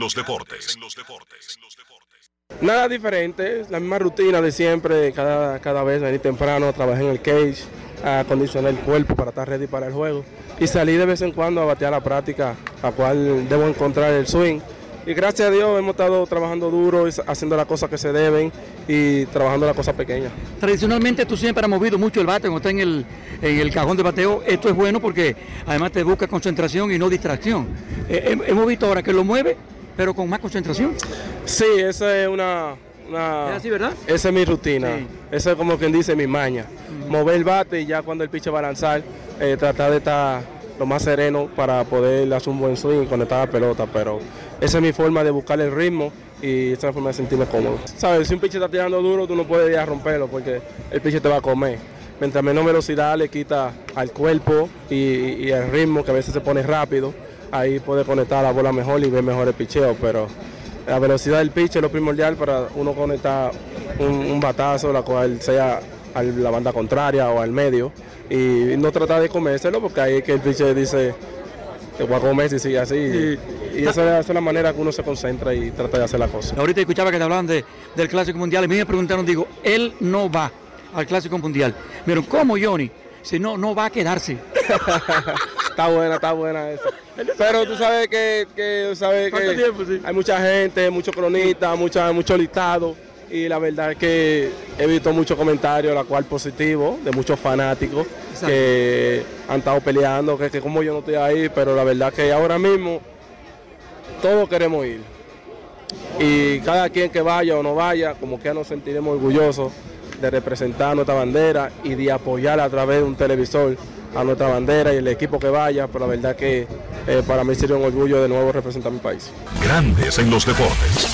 Nada diferente, es la misma rutina de siempre, cada vez venir temprano, trabajar en el cage, a acondicionar el cuerpo para estar ready para el juego y salir de vez en cuando a batear la práctica, a cual debo encontrar el swing. Y gracias a Dios hemos estado trabajando duro, haciendo las cosas que se deben y trabajando las cosas pequeñas. Tradicionalmente tú siempre has movido mucho el bate cuando está en el cajón de bateo. Esto es bueno porque además te busca concentración y no distracción. Hemos visto ahora que lo mueve, pero con más concentración. Sí, esa es una ¿es así, verdad? Esa es mi rutina. Sí. Esa es como quien dice mi maña. Mover el bate y ya cuando el pitcher va a lanzar, tratar de estar lo más sereno para poder hacer un buen swing y conectar la pelota, pero esa es mi forma de buscar el ritmo y esa es la forma de sentirme cómodo. ¿Sabes? Si un pitcher está tirando duro, tú no puedes ir a romperlo porque el pitcher te va a comer. Mientras menos velocidad le quita al cuerpo y el ritmo, que a veces se pone rápido, ahí puede conectar la bola mejor y ver mejor el picheo, pero la velocidad del pitcher es lo primordial para uno conectar un batazo, la cual sea a la banda contraria o al medio, y no tratar de comérselo porque ahí es que el pitcher dice te voy a comer si sigue así. Sí. Y esa es la manera que uno se concentra y trata de hacer la cosa. Ahorita escuchaba que te hablaban del Clásico Mundial y a mí me preguntaron, digo, él no va al Clásico Mundial. Pero ¿cómo, Johnny? Si no va a quedarse. Está buena esa. Pero tú sabes que tiempo, sí? Hay mucha gente, muchos cronistas, mucho listado. Y la verdad es que he visto muchos comentarios, la cual positivo, de muchos fanáticos. Exacto. Que han estado peleando, que como yo no estoy ahí, pero la verdad que ahora mismo todos queremos ir. Y cada quien que vaya o no vaya, como que nos sentiremos orgullosos de representar nuestra bandera y de apoyar a través de un televisor a nuestra bandera y el equipo que vaya, pero la verdad que para mí sería un orgullo de nuevo representar mi país. Grandes en los deportes.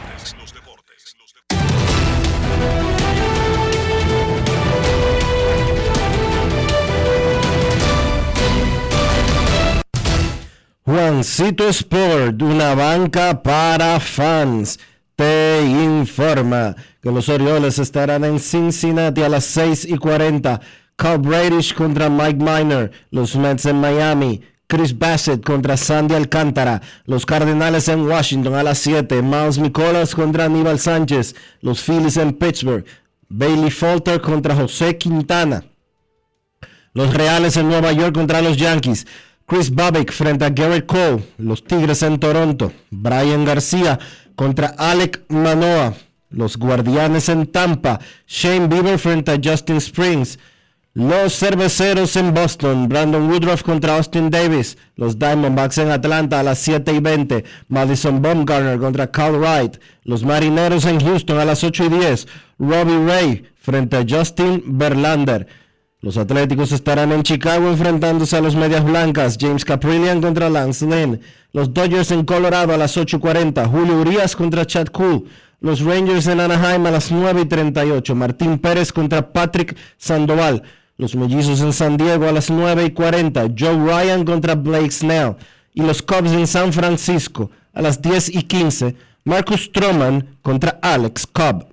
Juancito Sport, una banca para fans, te informa que los Orioles estarán en Cincinnati a las 6:40. Cobb Bradish contra Mike Minor. Los Mets en Miami. Chris Bassett contra Sandy Alcántara. Los Cardenales en Washington a las 7. Miles Mikolas contra Aníbal Sánchez. Los Phillies en Pittsburgh. Bailey Falter contra José Quintana. Los Reales en Nueva York contra los Yankees. Chris Babick frente a Garrett Cole. Los Tigres en Toronto. Brian García contra Alek Manoah. Los Guardianes en Tampa. Shane Bieber frente a Justin Springs. Los Cerveceros en Boston. Brandon Woodruff contra Austin Davis. Los Diamondbacks en Atlanta a las 7:20. Madison Bumgarner contra Cal Wright. Los Marineros en Houston a las 8:10. Robbie Ray frente a Justin Verlander. Los Atléticos estarán en Chicago enfrentándose a los Medias Blancas. James Caprillion contra Lance Lynn. Los Dodgers en Colorado a las 8:40. Julio Urias contra Chad Kuhl. Los Rangers en Anaheim a las 9:38. Martín Pérez contra Patrick Sandoval. Los Mellizos en San Diego a las 9:40. Joe Ryan contra Blake Snell. Y los Cubs en San Francisco a las 10:15. Marcus Stroman contra Alex Cobb.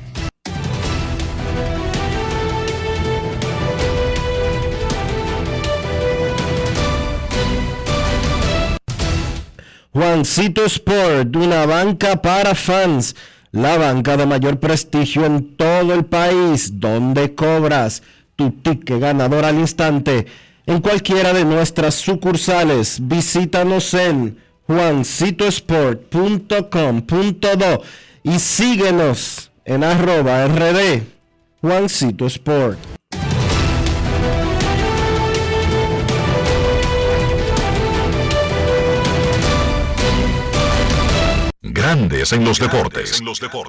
Juancito Sport, una banca para fans, la banca de mayor prestigio en todo el país, donde cobras tu ticket ganador al instante en cualquiera de nuestras sucursales. Visítanos en juancitosport.com.do y síguenos en @RD Juancito Sport. Grandes en los deportes.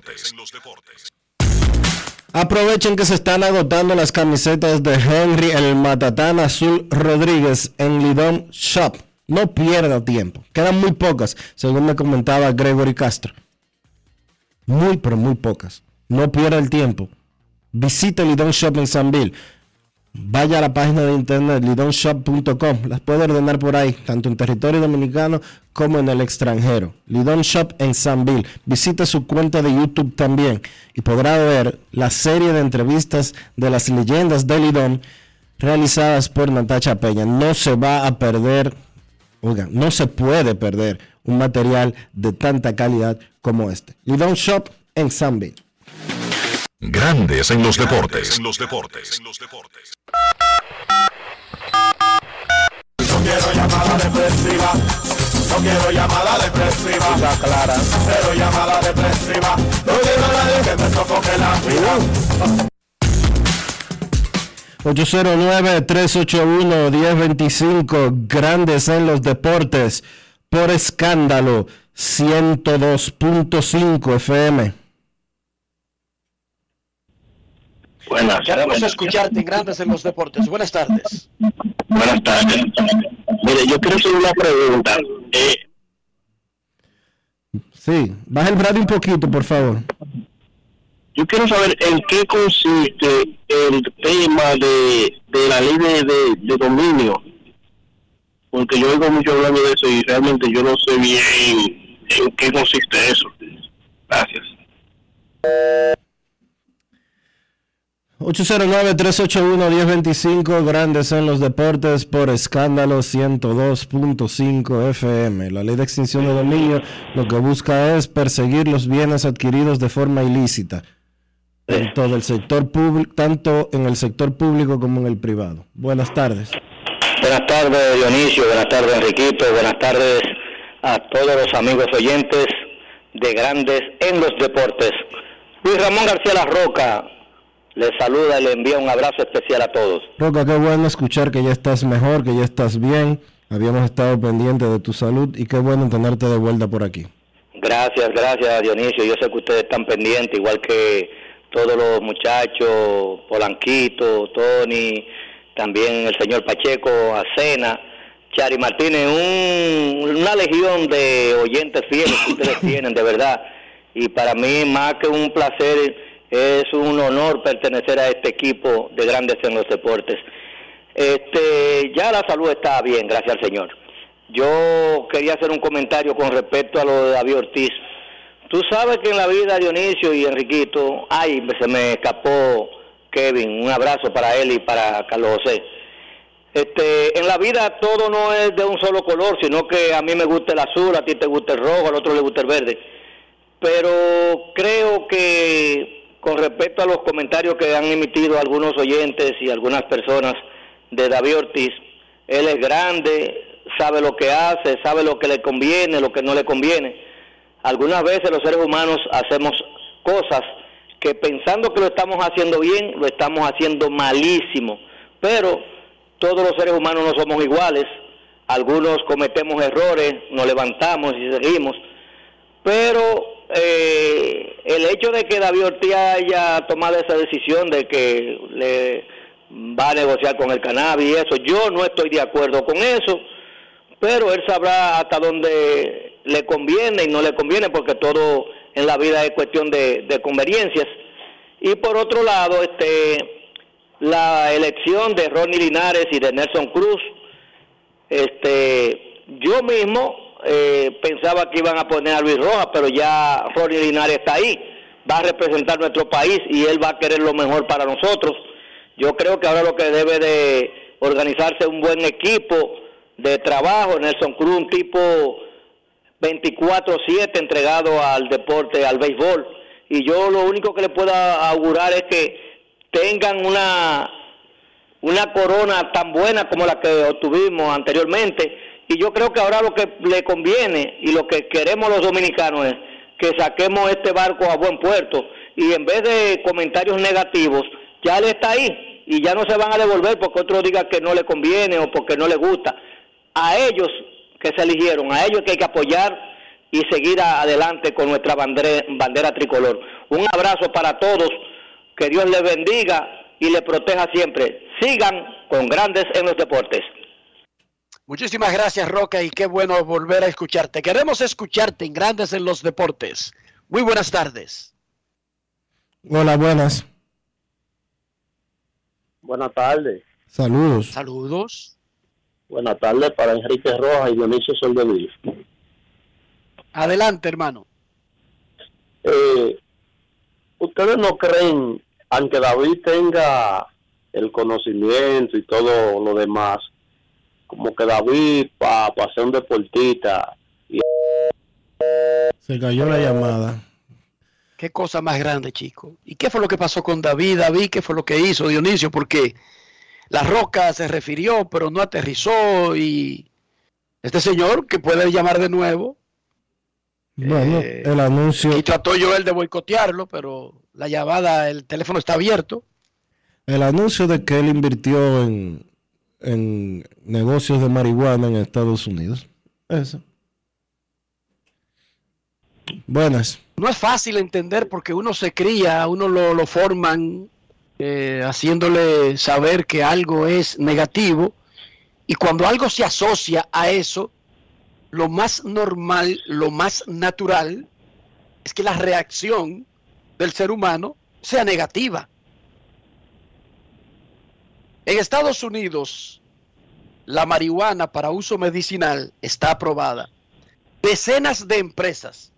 Aprovechen que se están agotando las camisetas de Henry el Matatán Azul Rodríguez en Lidom Shop. No pierda tiempo. Quedan muy pocas, según me comentaba Gregory Castro. Muy, pero muy pocas. No pierda el tiempo. Visite Lidom Shop en Sanville. Vaya a la página de internet lidonshop.com. Las puede ordenar por ahí, tanto en territorio dominicano como en el extranjero. Lidom Shop en Sanville. Visite su cuenta de YouTube también y podrá ver la serie de entrevistas de las leyendas de Lidom realizadas por Natacha Peña. No se va a perder, oigan, no se puede perder un material de tanta calidad como este. Lidom Shop en Sanville. Grandes en los deportes. No quiero llamada depresiva. No quiero llamada depresiva. Está clara. Cero llamada depresiva. No quiero nadie que me sofoque la vida. 809-381-1025. Grandes en los deportes. Por escándalo 102.5 FM. Buenas. Queremos escucharte en Grandes en los deportes. Buenas tardes. Buenas tardes. Mire, yo quiero hacer una pregunta. Sí, baja el radio un poquito, por favor. Yo quiero saber en qué consiste el tema de la ley de dominio. Porque yo oigo mucho hablando de eso y realmente yo no sé bien en qué consiste eso. Gracias. 809-381-1025, Grandes en los deportes por escándalo 102.5 FM. La ley de extinción de dominio lo que busca es perseguir los bienes adquiridos de forma ilícita, tanto del sector público, tanto en el sector público como en el privado. Buenas tardes. Buenas tardes, Dionisio. Buenas tardes, Enriquito. Buenas tardes a todos los amigos oyentes de Grandes en los deportes. Luis Ramón García La Roca les saluda y le envía un abrazo especial a todos. Roca, qué bueno escuchar que ya estás mejor, que ya estás bien. Habíamos estado pendientes de tu salud y qué bueno tenerte de vuelta por aquí. Gracias, Dionisio. Yo sé que ustedes están pendientes, igual que todos los muchachos, Polanquito, Tony, también el señor Pacheco, Acena, Chari Martínez, una legión de oyentes fieles que ustedes tienen, de verdad. Y para mí, más que un placer, es un honor pertenecer a este equipo de Grandes en los deportes. Ya la salud está bien, gracias al Señor. Yo quería hacer un comentario con respecto a lo de David Ortiz. Tú sabes que en la vida, Dionisio y Enriquito, se me escapó Kevin, un abrazo para él y para Carlos José. En la vida todo no es de un solo color, sino que a mí me gusta el azul, a ti te gusta el rojo, al otro le gusta el verde. Pero creo que con respecto a los comentarios que han emitido algunos oyentes y algunas personas de David Ortiz, él es grande, sabe lo que hace, sabe lo que le conviene, lo que no le conviene. Algunas veces los seres humanos hacemos cosas que pensando que lo estamos haciendo bien, lo estamos haciendo malísimo. Pero todos los seres humanos no somos iguales. Algunos cometemos errores, nos levantamos y seguimos. Pero el hecho de que David Ortiz haya tomado esa decisión de que le va a negociar con el cannabis y eso, yo no estoy de acuerdo con eso, pero él sabrá hasta dónde le conviene y no le conviene, porque todo en la vida es cuestión de conveniencias. Y por otro lado, la elección de Ronnie Linares y de Nelson Cruz, yo mismo pensaba que iban a poner a Luis Rojas, pero ya Ronnie Linares está ahí, va a representar nuestro país y él va a querer lo mejor para nosotros. Yo creo que ahora lo que debe de organizarse un buen equipo de trabajo. Nelson Cruz, un tipo 24/7 entregado al deporte, al béisbol, y yo lo único que le puedo augurar es que tengan una corona tan buena como la que obtuvimos anteriormente. Y yo creo que ahora lo que le conviene y lo que queremos los dominicanos es que saquemos este barco a buen puerto, y en vez de comentarios negativos, Ya él está ahí y ya no se van a devolver porque otro diga que no le conviene o porque no le gusta. A ellos que se eligieron, a ellos que hay que apoyar y seguir adelante con nuestra bandera tricolor. Un abrazo para todos, que Dios les bendiga y les proteja siempre. Sigan con Grandes en los Deportes. Muchísimas gracias, Roca, y qué bueno volver a escucharte. Queremos escucharte en Grandes en los Deportes. Muy buenas tardes. Hola, buenas. Buenas tardes. Saludos. Saludos. Buenas tardes para Enrique Rojas y Dionisio Soldevil. Adelante, hermano. ¿Ustedes no creen, aunque David tenga el conocimiento y todo lo demás, como que David para ser un deportista? Se cayó la llamada. Qué cosa más grande, chico. ¿Y qué fue lo que pasó con David? David, ¿qué fue lo que hizo, Dionisio? Porque La Roca se refirió, pero no aterrizó, y este señor, que puede llamar de nuevo. Bueno, el anuncio. Y trató Joel de boicotearlo, pero la llamada, el teléfono está abierto. El anuncio de que él invirtió en negocios de marihuana en Estados Unidos. Eso. Buenas. No es fácil entender porque uno se cría, uno lo forman haciéndole saber que algo es negativo, y cuando algo se asocia a eso, lo más normal, lo más natural es que la reacción del ser humano sea negativa. En Estados Unidos, la marihuana para uso medicinal está aprobada. Decenas de empresas,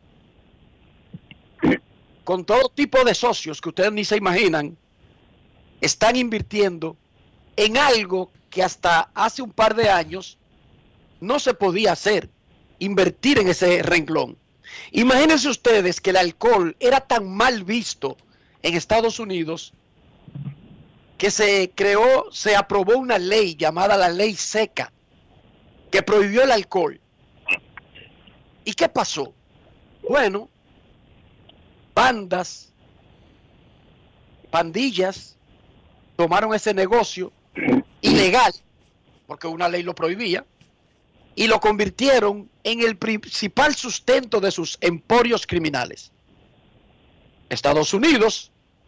con todo tipo de socios que ustedes ni se imaginan, están invirtiendo en algo que hasta hace un par de años no se podía hacer, invertir en ese renglón. Imagínense ustedes que el alcohol era tan mal visto en Estados Unidos que se aprobó una ley llamada la Ley Seca, que prohibió el alcohol. ¿Y qué pasó? Bueno, pandillas tomaron ese negocio ilegal, porque una ley lo prohibía, y lo convirtieron en el principal sustento de sus emporios criminales. Estados Unidos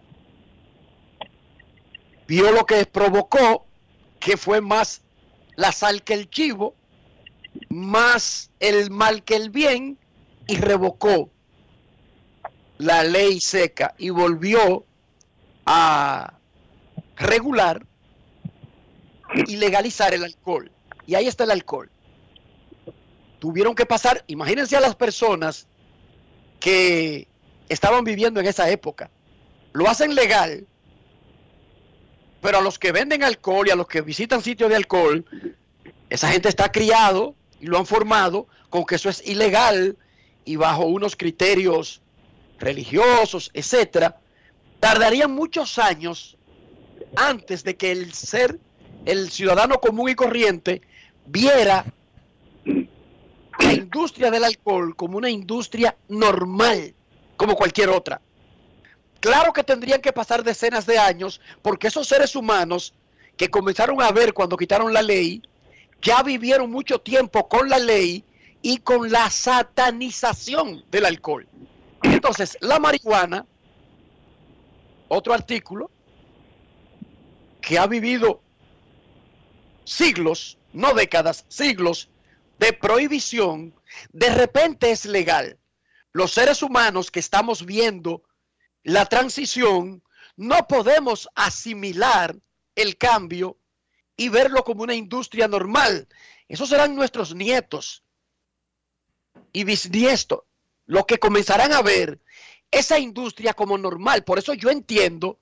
vio lo que provocó, que fue más la sal que el chivo, más el mal que el bien, y revocó la ley seca y volvió a regular y legalizar el alcohol. Y ahí está el alcohol. Tuvieron que pasar, imagínense a las personas que estaban viviendo en esa época. Lo hacen legal, pero a los que venden alcohol y a los que visitan sitios de alcohol, esa gente está criado y lo han formado con que eso es ilegal y bajo unos criterios religiosos, etcétera. Tardarían muchos años antes de que el ciudadano común y corriente viera la industria del alcohol como una industria normal, como cualquier otra. Claro que tendrían que pasar decenas de años, porque esos seres humanos que comenzaron a ver cuando quitaron la ley, ya vivieron mucho tiempo con la ley y con la satanización del alcohol. Entonces, la marihuana, otro artículo que ha vivido siglos, no décadas, siglos de prohibición, de repente es legal. Los seres humanos que estamos viendo la transición, no podemos asimilar el cambio y verlo como una industria normal. Esos serán nuestros nietos y bisnietos, los que comenzarán a ver esa industria como normal. Por eso yo entiendo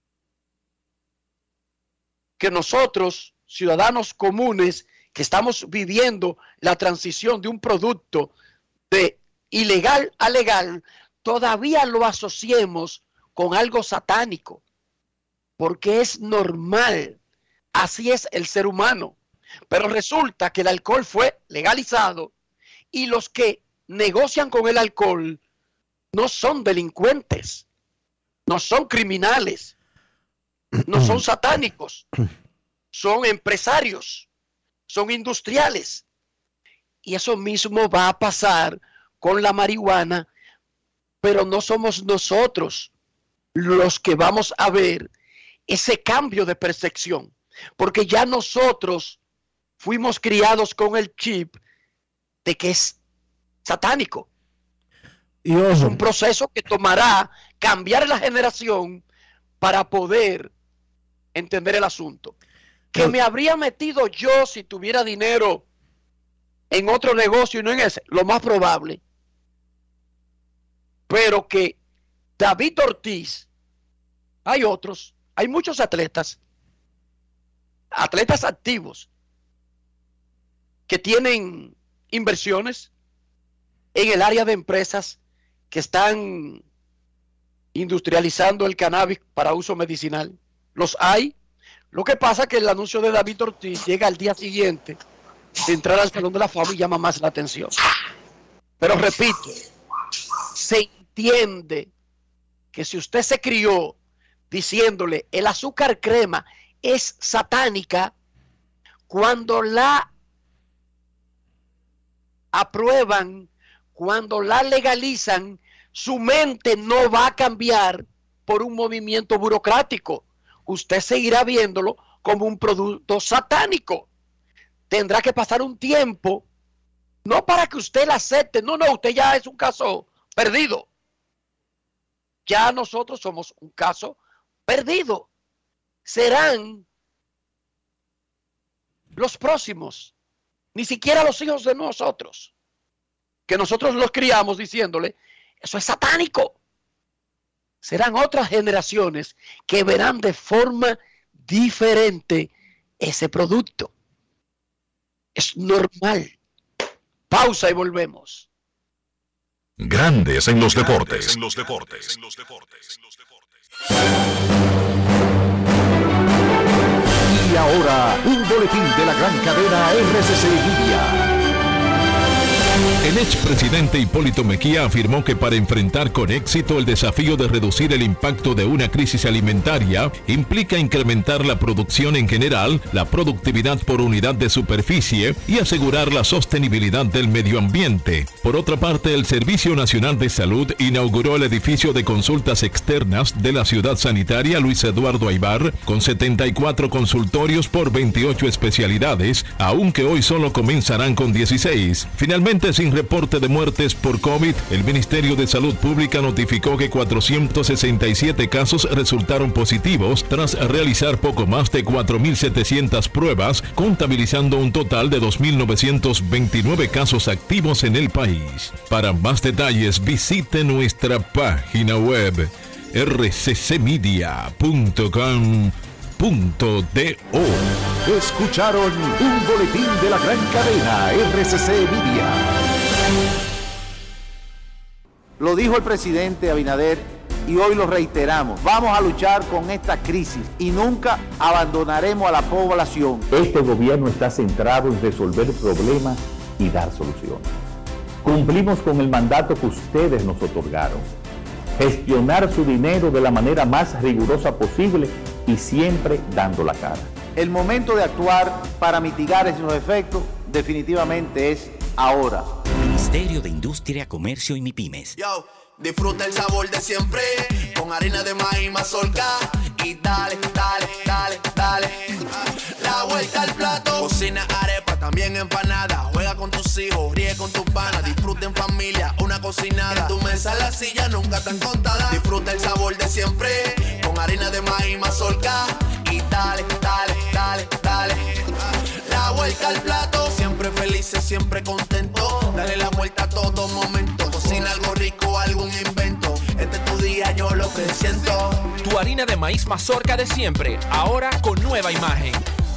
que nosotros, ciudadanos comunes, que estamos viviendo la transición de un producto de ilegal a legal, todavía lo asociemos con algo satánico, porque es normal, así es el ser humano. Pero resulta que el alcohol fue legalizado y los que negocian con el alcohol no son delincuentes, no son criminales, no son satánicos, son empresarios, son industriales. Y eso mismo va a pasar con la marihuana, pero no somos nosotros los que vamos a ver ese cambio de percepción, porque ya nosotros fuimos criados con el chip de que es satánico. Y ojo, es un proceso que tomará cambiar la generación para poder entender el asunto. Que me habría metido yo si tuviera dinero en otro negocio y no en ese, lo más probable. Pero que David Ortiz, hay otros, hay muchos atletas activos que tienen inversiones en el área de empresas que están industrializando el cannabis para uso medicinal. Los hay. Lo que pasa es que el anuncio de David Ortiz llega al día siguiente de entrar al Salón de la Fama y llama más la atención. Pero repito, se entiende que si usted se crió diciéndole el azúcar crema es satánica, cuando la aprueban, cuando la legalizan, su mente no va a cambiar por un movimiento burocrático. Usted seguirá viéndolo como un producto satánico. Tendrá que pasar un tiempo, no para que usted la acepte, no, usted ya es un caso perdido. Ya nosotros somos un caso perdido. Serán los próximos, ni siquiera los hijos de nosotros, que nosotros los criamos diciéndole, eso es satánico. Serán otras generaciones que verán de forma diferente ese producto. Es normal. Pausa y volvemos. Grandes en los deportes. Y ahora, un boletín de la gran cadena RCC Libia. El expresidente Hipólito Mejía afirmó que para enfrentar con éxito el desafío de reducir el impacto de una crisis alimentaria implica incrementar la producción en general, la productividad por unidad de superficie y asegurar la sostenibilidad del medio ambiente. Por otra parte, el Servicio Nacional de Salud inauguró el edificio de consultas externas de la ciudad sanitaria Luis Eduardo Aybar con 74 consultorios por 28 especialidades, aunque hoy solo comenzarán con 16. Finalmente, sin reporte de muertes por COVID, el Ministerio de Salud Pública notificó que 467 casos resultaron positivos tras realizar poco más de 4.700 pruebas, contabilizando un total de 2.929 casos activos en el país. Para más detalles, visite nuestra página web rccmedia.com.do. Escucharon un boletín de la gran cadena RCC Media. Lo dijo el presidente Abinader y hoy lo reiteramos. Vamos a luchar con esta crisis y nunca abandonaremos a la población. Este gobierno está centrado en resolver problemas y dar soluciones. Cumplimos con el mandato que ustedes nos otorgaron. Gestionar su dinero de la manera más rigurosa posible y siempre dando la cara. El momento de actuar para mitigar esos efectos definitivamente es ahora. Ministerio de Industria, Comercio y MIPYMES. Yo, disfruta el sabor de siempre con harina de maíz mazorca y dale, dale, dale, dale. La vuelta al plato. Cocina arepa, también empanada. Juega con tus hijos, ríe con tus panas. Disfruta en familia, una cocinada. En tu mesa las sillas nunca tan contadas. Disfruta el sabor de siempre con harina de maíz mazorca y dale, dale, dale, dale. La vuelta al plato. Siempre felices, siempre contentos. Dale la vuelta a todo momento. Cocina algo rico, algún invento. Este es tu día, yo lo que siento. Tu harina de maíz mazorca de siempre, ahora con nueva imagen.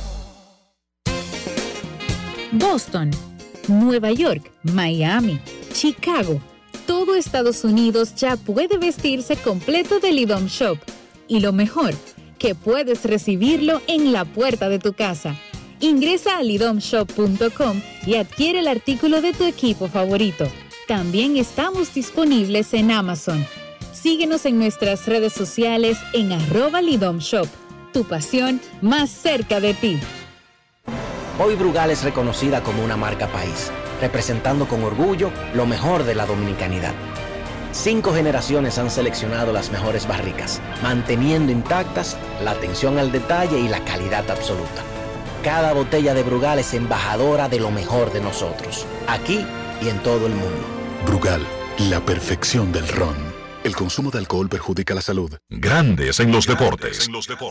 Boston, Nueva York, Miami, Chicago. Todo Estados Unidos ya puede vestirse completo del IDOM Shop. Y lo mejor, que puedes recibirlo en la puerta de tu casa. Ingresa a lidomshop.com y adquiere el artículo de tu equipo favorito. También estamos disponibles en Amazon. Síguenos en nuestras redes sociales en @lidomshop. tu pasión más cerca de ti. Hoy Brugal es reconocida como una marca país, representando con orgullo lo mejor de la dominicanidad. 5 generaciones han seleccionado las mejores barricas, manteniendo intactas la atención al detalle y la calidad absoluta. Cada botella de Brugal es embajadora de lo mejor de nosotros, aquí y en todo el mundo. Brugal, la perfección del ron. El consumo de alcohol perjudica la salud. Grandes en los deportes.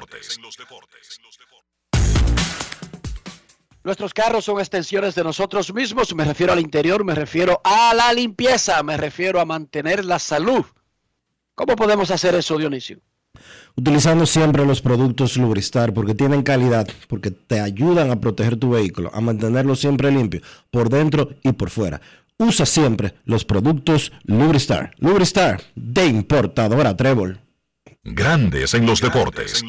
Nuestros carros son extensiones de nosotros mismos. Me refiero al interior, me refiero a la limpieza, me refiero a mantener la salud. ¿Cómo podemos hacer eso, Dionisio? Utilizando siempre los productos Lubristar, porque tienen calidad, porque te ayudan a proteger tu vehículo, a mantenerlo siempre limpio, por dentro y por fuera. Usa siempre los productos Lubristar. Lubristar, de importadora Trébol. Grandes en los deportes.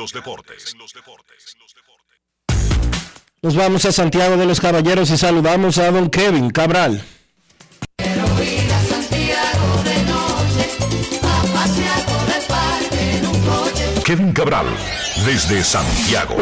Nos vamos a Santiago de los Caballeros y saludamos a don Kevin Cabral. Kevin Cabral, desde Santiago.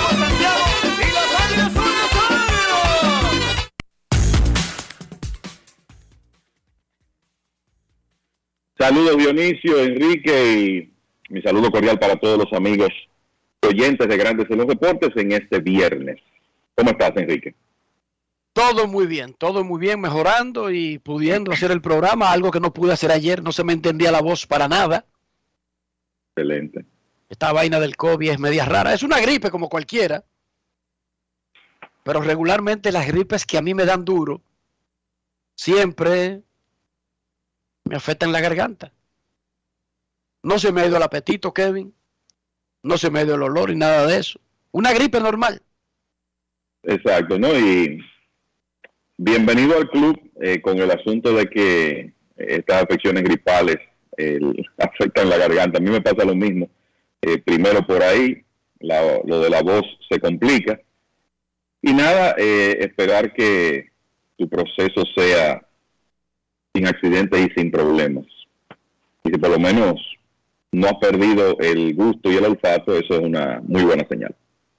Saludos Dionisio, Enrique y mi saludo cordial para todos los amigos oyentes de Grandes en los Deportes en este viernes. ¿Cómo estás, Enrique? Todo muy bien, mejorando y pudiendo hacer el programa, algo que no pude hacer ayer, no se me entendía la voz para nada. Excelente. Esta vaina del COVID es media rara, es una gripe como cualquiera, pero regularmente las gripes que a mí me dan duro, siempre me afectan la garganta. No se me ha ido el apetito, Kevin, no se me ha ido el olor y nada de eso. Una gripe normal. Exacto, ¿no? Y bienvenido al club con el asunto de que estas afecciones gripales afectan la garganta. A mí me pasa lo mismo. Primero por ahí, lo de la voz se complica. Y nada, esperar que tu proceso sea sin accidentes y sin problemas. Y que por lo menos no has perdido el gusto y el olfato, eso es una muy buena señal.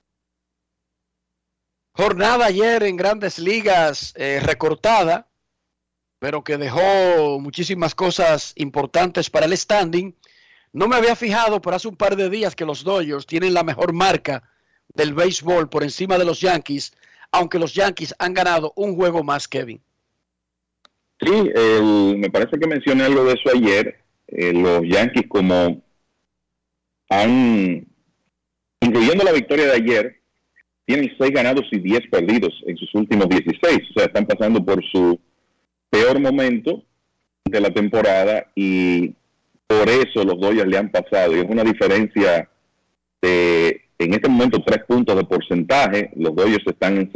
Jornada ayer en Grandes Ligas recortada, pero que dejó muchísimas cosas importantes para el standing. No me había fijado, pero hace un par de días que los Dodgers tienen la mejor marca del béisbol por encima de los Yankees, aunque los Yankees han ganado un juego más, Kevin. Sí, me parece que mencioné algo de eso ayer. Los Yankees, como incluyendo la victoria de ayer, tienen 6 ganados y 10 perdidos en sus últimos 16. O sea, están pasando por su peor momento de la temporada y por eso los Dodgers le han pasado. Y es una diferencia de, en este momento, 3 puntos de porcentaje. Los Dodgers están en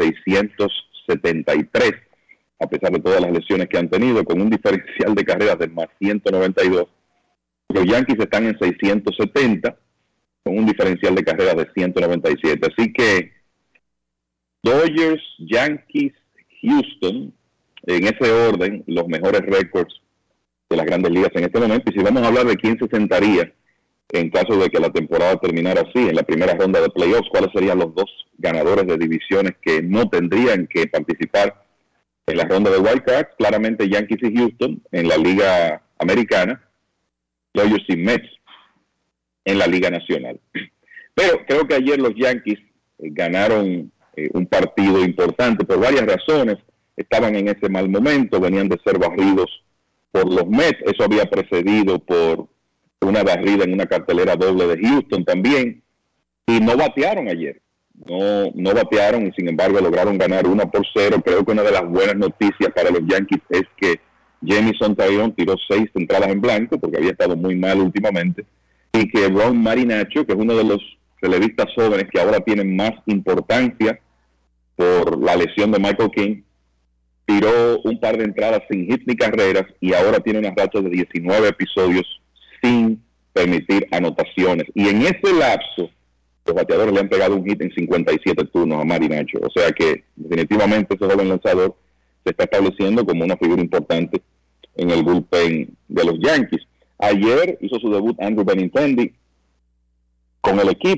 673, a pesar de todas las lesiones que han tenido, con un diferencial de carreras de más 192. Los Yankees están en 670, con un diferencial de carreras de 197. Así que Dodgers, Yankees, Houston, en ese orden, los mejores récords de las Grandes Ligas en este momento. Y si vamos a hablar de quién se sentaría en caso de que la temporada terminara así, en la primera ronda de playoffs, cuáles serían los 2 ganadores de divisiones que no tendrían que participar en la ronda de Wild Card, claramente Yankees y Houston en la Liga Americana, Dodgers y Mets en la Liga Nacional. Pero creo que ayer los Yankees ganaron un partido importante por varias razones. Estaban en ese mal momento, venían de ser barridos por los Mets. Eso había precedido por una barrida en una cartelera doble de Houston también. Y no batearon ayer. No batearon y sin embargo lograron ganar 1-0. Creo que una de las buenas noticias para los Yankees es que Jamison Taillon tiró 6 entradas en blanco porque había estado muy mal últimamente. Y que Ron Marinacho, que es uno de los relevistas jóvenes que ahora tienen más importancia por la lesión de Michael King, tiró un par de entradas sin hits ni carreras y ahora tiene una racha de 19 episodios sin permitir anotaciones. Y en ese lapso, los bateadores le han pegado un hit en 57 turnos a Marinacho. O sea que definitivamente ese joven lanzador se está estableciendo como una figura importante en el bullpen de los Yankees. Ayer hizo su debut Andrew Benintendi con el equipo,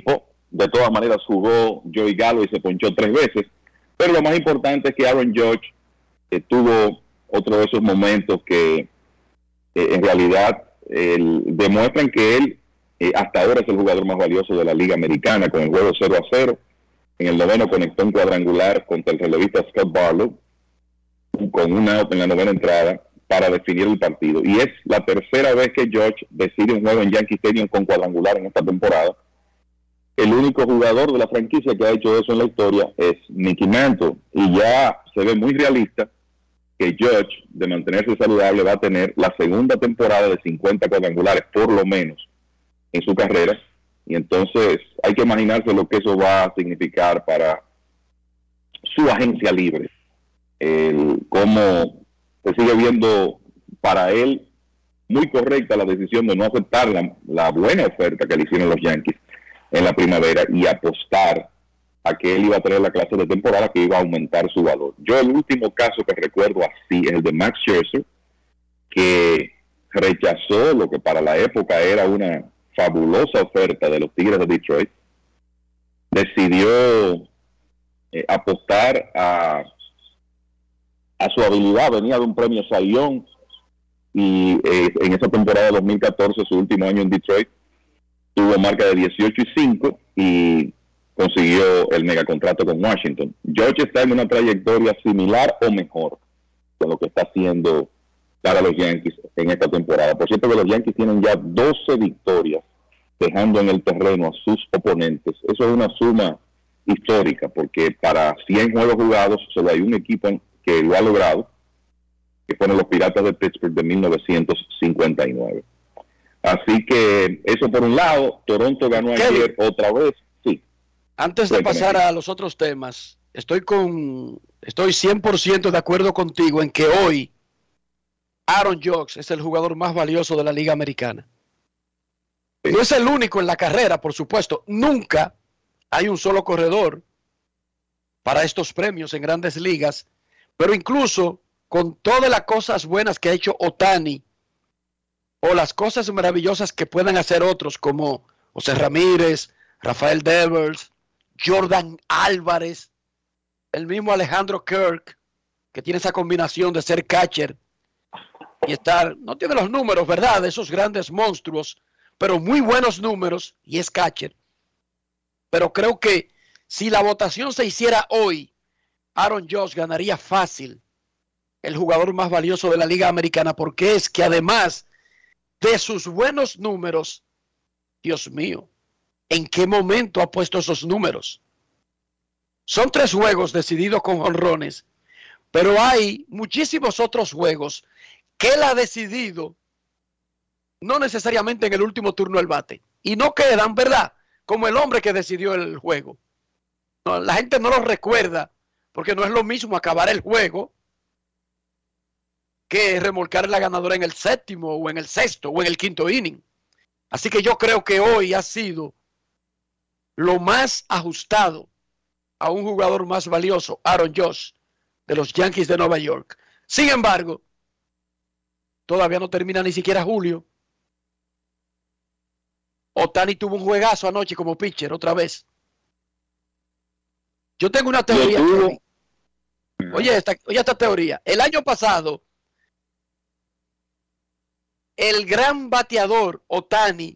De todas maneras jugó Joey Gallo y se ponchó 3 veces. Pero lo más importante es que Aaron Judge tuvo otro de esos momentos que en realidad demuestran que él hasta ahora es el jugador más valioso de la Liga Americana, con el juego 0-0. En el 9º conectó un cuadrangular contra el relevista Scott Barlow, con un out en la 9ª entrada para definir el partido. Y es la tercera vez que Judge decide un juego en Yankee Stadium con cuadrangular en esta temporada. El único jugador de la franquicia que ha hecho eso en la historia es Mickey Mantle. Y ya se ve muy realista que Judge, de mantenerse saludable, va a tener la segunda temporada de 50 cuadrangulares, por lo menos, en su carrera. Y entonces hay que imaginarse lo que eso va a significar para su agencia libre. Cómo se sigue viendo para él muy correcta la decisión de no aceptar la buena oferta que le hicieron los Yankees en la primavera y apostar a que él iba a tener la clase de temporada que iba a aumentar su valor. Yo el último caso que recuerdo así es el de Max Scherzer, que rechazó lo que para la época era una fabulosa oferta de los Tigres de Detroit. Decidió apostar a su habilidad. Venía de un premio Cy Young y en esa temporada de 2014, su último año en Detroit, tuvo marca de 18-5 y consiguió el megacontrato con Washington. George está en una trayectoria similar o mejor con lo que está haciendo para los Yankees en esta temporada. Por cierto que los Yankees tienen ya 12 victorias dejando en el terreno a sus oponentes. Eso es una suma histórica, porque para 100 juegos jugados solo hay un equipo que lo ha logrado, que fueron los Piratas de Pittsburgh de 1959. Así que eso por un lado. Toronto ganó ayer otra vez. Sí. Antes de pasar a los otros temas, estoy 100% de acuerdo contigo en que hoy Aaron Judge es el jugador más valioso de la Liga Americana. Sí. No es el único en la carrera, por supuesto. Nunca hay un solo corredor para estos premios en Grandes Ligas, pero incluso con todas las cosas buenas que ha hecho Ohtani o las cosas maravillosas que puedan hacer otros como José Ramírez, Rafael Devers, Jordan Álvarez, el mismo Alejandro Kirk, que tiene esa combinación de ser catcher y estar, no tiene los números, ¿verdad?, de esos grandes monstruos, pero muy buenos números y es catcher. Pero creo que si la votación se hiciera hoy, Aaron Judge ganaría fácil el jugador más valioso de la Liga Americana, porque es que además de sus buenos números, Dios mío, ¿en qué momento ha puesto esos números? Son 3 juegos decididos con jonrones, pero hay muchísimos otros juegos que él ha decidido no necesariamente en el último turno del bate, y no quedan, ¿verdad?, como el hombre que decidió el juego. No, la gente no lo recuerda, porque no es lo mismo acabar el juego que remolcar la ganadora en el 7º o en el 6º o en el 5º inning. Así que yo creo que hoy ha sido lo más ajustado a un jugador más valioso, Aaron Judge, de los Yankees de Nueva York. Sin embargo, todavía no termina ni siquiera julio. Ohtani tuvo un juegazo anoche como pitcher otra vez. Yo tengo una teoría. Oye esta teoría. El año pasado, el gran bateador Ohtani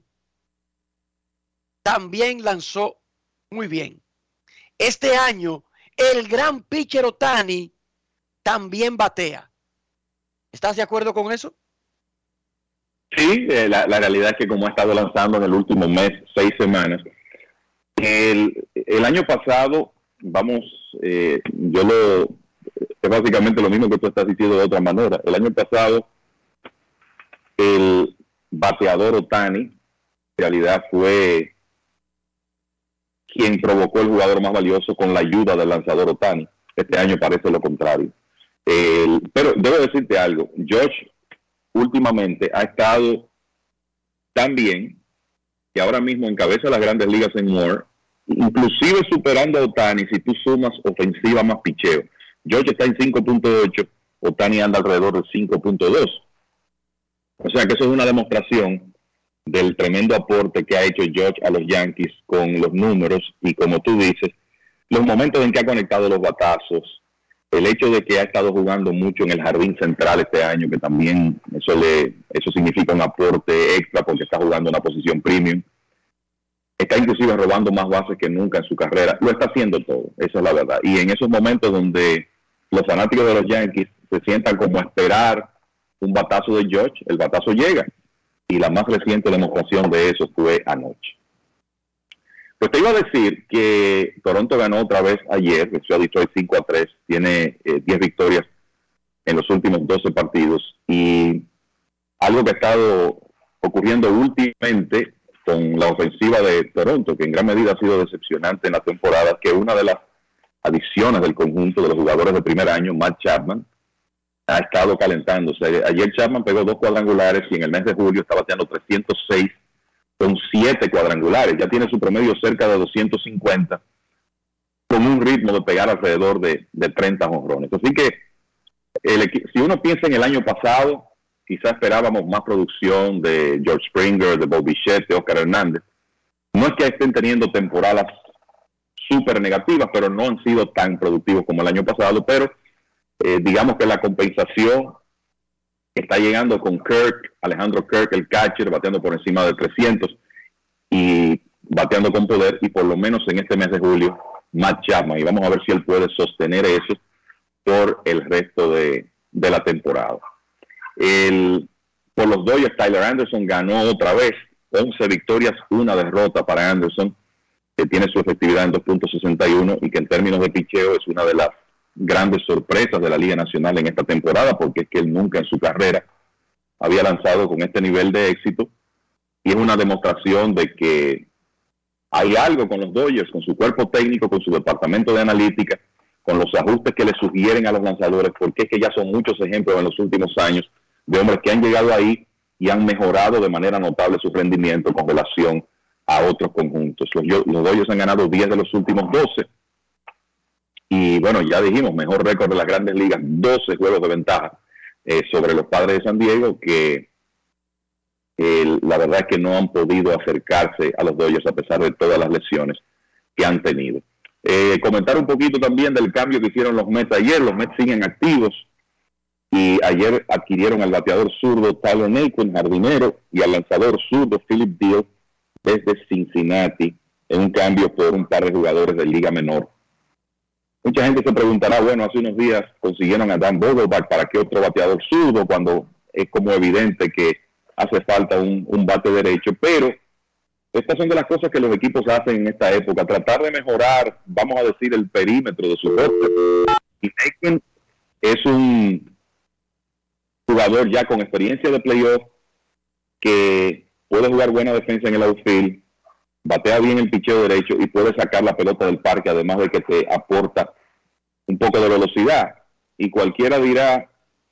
también lanzó muy bien. Este año, el gran pitcher Ohtani también batea. ¿Estás de acuerdo con eso? Sí, la realidad es que como ha estado lanzando en el último mes, 6 semanas, el año pasado, es básicamente lo mismo que tú estás diciendo de otra manera. El año pasado, el bateador Ohtani, en realidad fue quien provocó el jugador más valioso con la ayuda del lanzador Ohtani. Este año parece lo contrario. Pero debo decirte algo, Josh últimamente ha estado tan bien que ahora mismo encabeza las Grandes Ligas en WAR, inclusive superando a Ohtani si tú sumas ofensiva más picheo. Josh está en 5.8, Ohtani anda alrededor de 5.2. O sea que eso es una demostración del tremendo aporte que ha hecho George a los Yankees con los números y, como tú dices, los momentos en que ha conectado los batazos, el hecho de que ha estado jugando mucho en el jardín central este año, que también eso significa un aporte extra porque está jugando una posición premium. Está inclusive robando más bases que nunca en su carrera. Lo está haciendo todo, esa es la verdad. Y en esos momentos donde los fanáticos de los Yankees se sientan como a esperar un batazo de George, el batazo llega. Y la más reciente demostración de eso fue anoche. Pues te iba a decir que Toronto ganó otra vez ayer, venció a Detroit 5-3, tiene 10 victorias en los últimos 12 partidos. Y algo que ha estado ocurriendo últimamente con la ofensiva de Toronto, que en gran medida ha sido decepcionante en la temporada, que una de las adiciones del conjunto de los jugadores de primer año, Matt Chapman, ha estado calentándose. Ayer Chapman pegó 2 cuadrangulares y en el mes de julio está bateando 306 con 7 cuadrangulares. Ya tiene su promedio cerca de 250 con un ritmo de pegar alrededor de 30 jonrones. Así que si uno piensa en el año pasado, quizás esperábamos más producción de George Springer, de Bobby Bichette, de Oscar Hernández. No es que estén teniendo temporadas súper negativas, pero no han sido tan productivos como el año pasado, pero digamos que la compensación está llegando con Alejandro Kirk, el catcher, bateando por encima de 300 y bateando con poder, y por lo menos en este mes de julio, Matt Chapman, y vamos a ver si él puede sostener eso por el resto de la temporada. Por los Dodgers, Tyler Anderson ganó otra vez, 11 victorias, 1 derrota para Anderson, que tiene su efectividad en 2.61 y que en términos de picheo es una de las grandes sorpresas de la Liga Nacional en esta temporada, porque es que él nunca en su carrera había lanzado con este nivel de éxito, y es una demostración de que hay algo con los Dodgers, con su cuerpo técnico, con su departamento de analítica, con los ajustes que le sugieren a los lanzadores, porque es que ya son muchos ejemplos en los últimos años de hombres que han llegado ahí y han mejorado de manera notable su rendimiento con relación a otros conjuntos. Los Dodgers han ganado 10 de los últimos 12. Y bueno, ya dijimos, mejor récord de las Grandes Ligas, 12 juegos de ventaja sobre los Padres de San Diego, que la verdad es que no han podido acercarse a los Dodgers a pesar de todas las lesiones que han tenido. Comentar un poquito también del cambio que hicieron los Mets ayer. Los Mets siguen activos y ayer adquirieron al bateador zurdo Tyler Naquin, jardinero, y al lanzador zurdo Philip Diehl desde Cincinnati, en un cambio por un par de jugadores de Liga Menor. Mucha gente se preguntará, bueno, hace unos días consiguieron a Dan Vogelbach, ¿para qué otro bateador zurdo? Cuando es como evidente que hace falta un bate derecho, pero estas son de las cosas que los equipos hacen en esta época, tratar de mejorar, vamos a decir, el perímetro de su roster. Y Naquin es un jugador ya con experiencia de playoff, que puede jugar buena defensa en el outfield, batea bien el picheo derecho y puede sacar la pelota del parque, además de que te aporta un poco de velocidad. Y cualquiera dirá,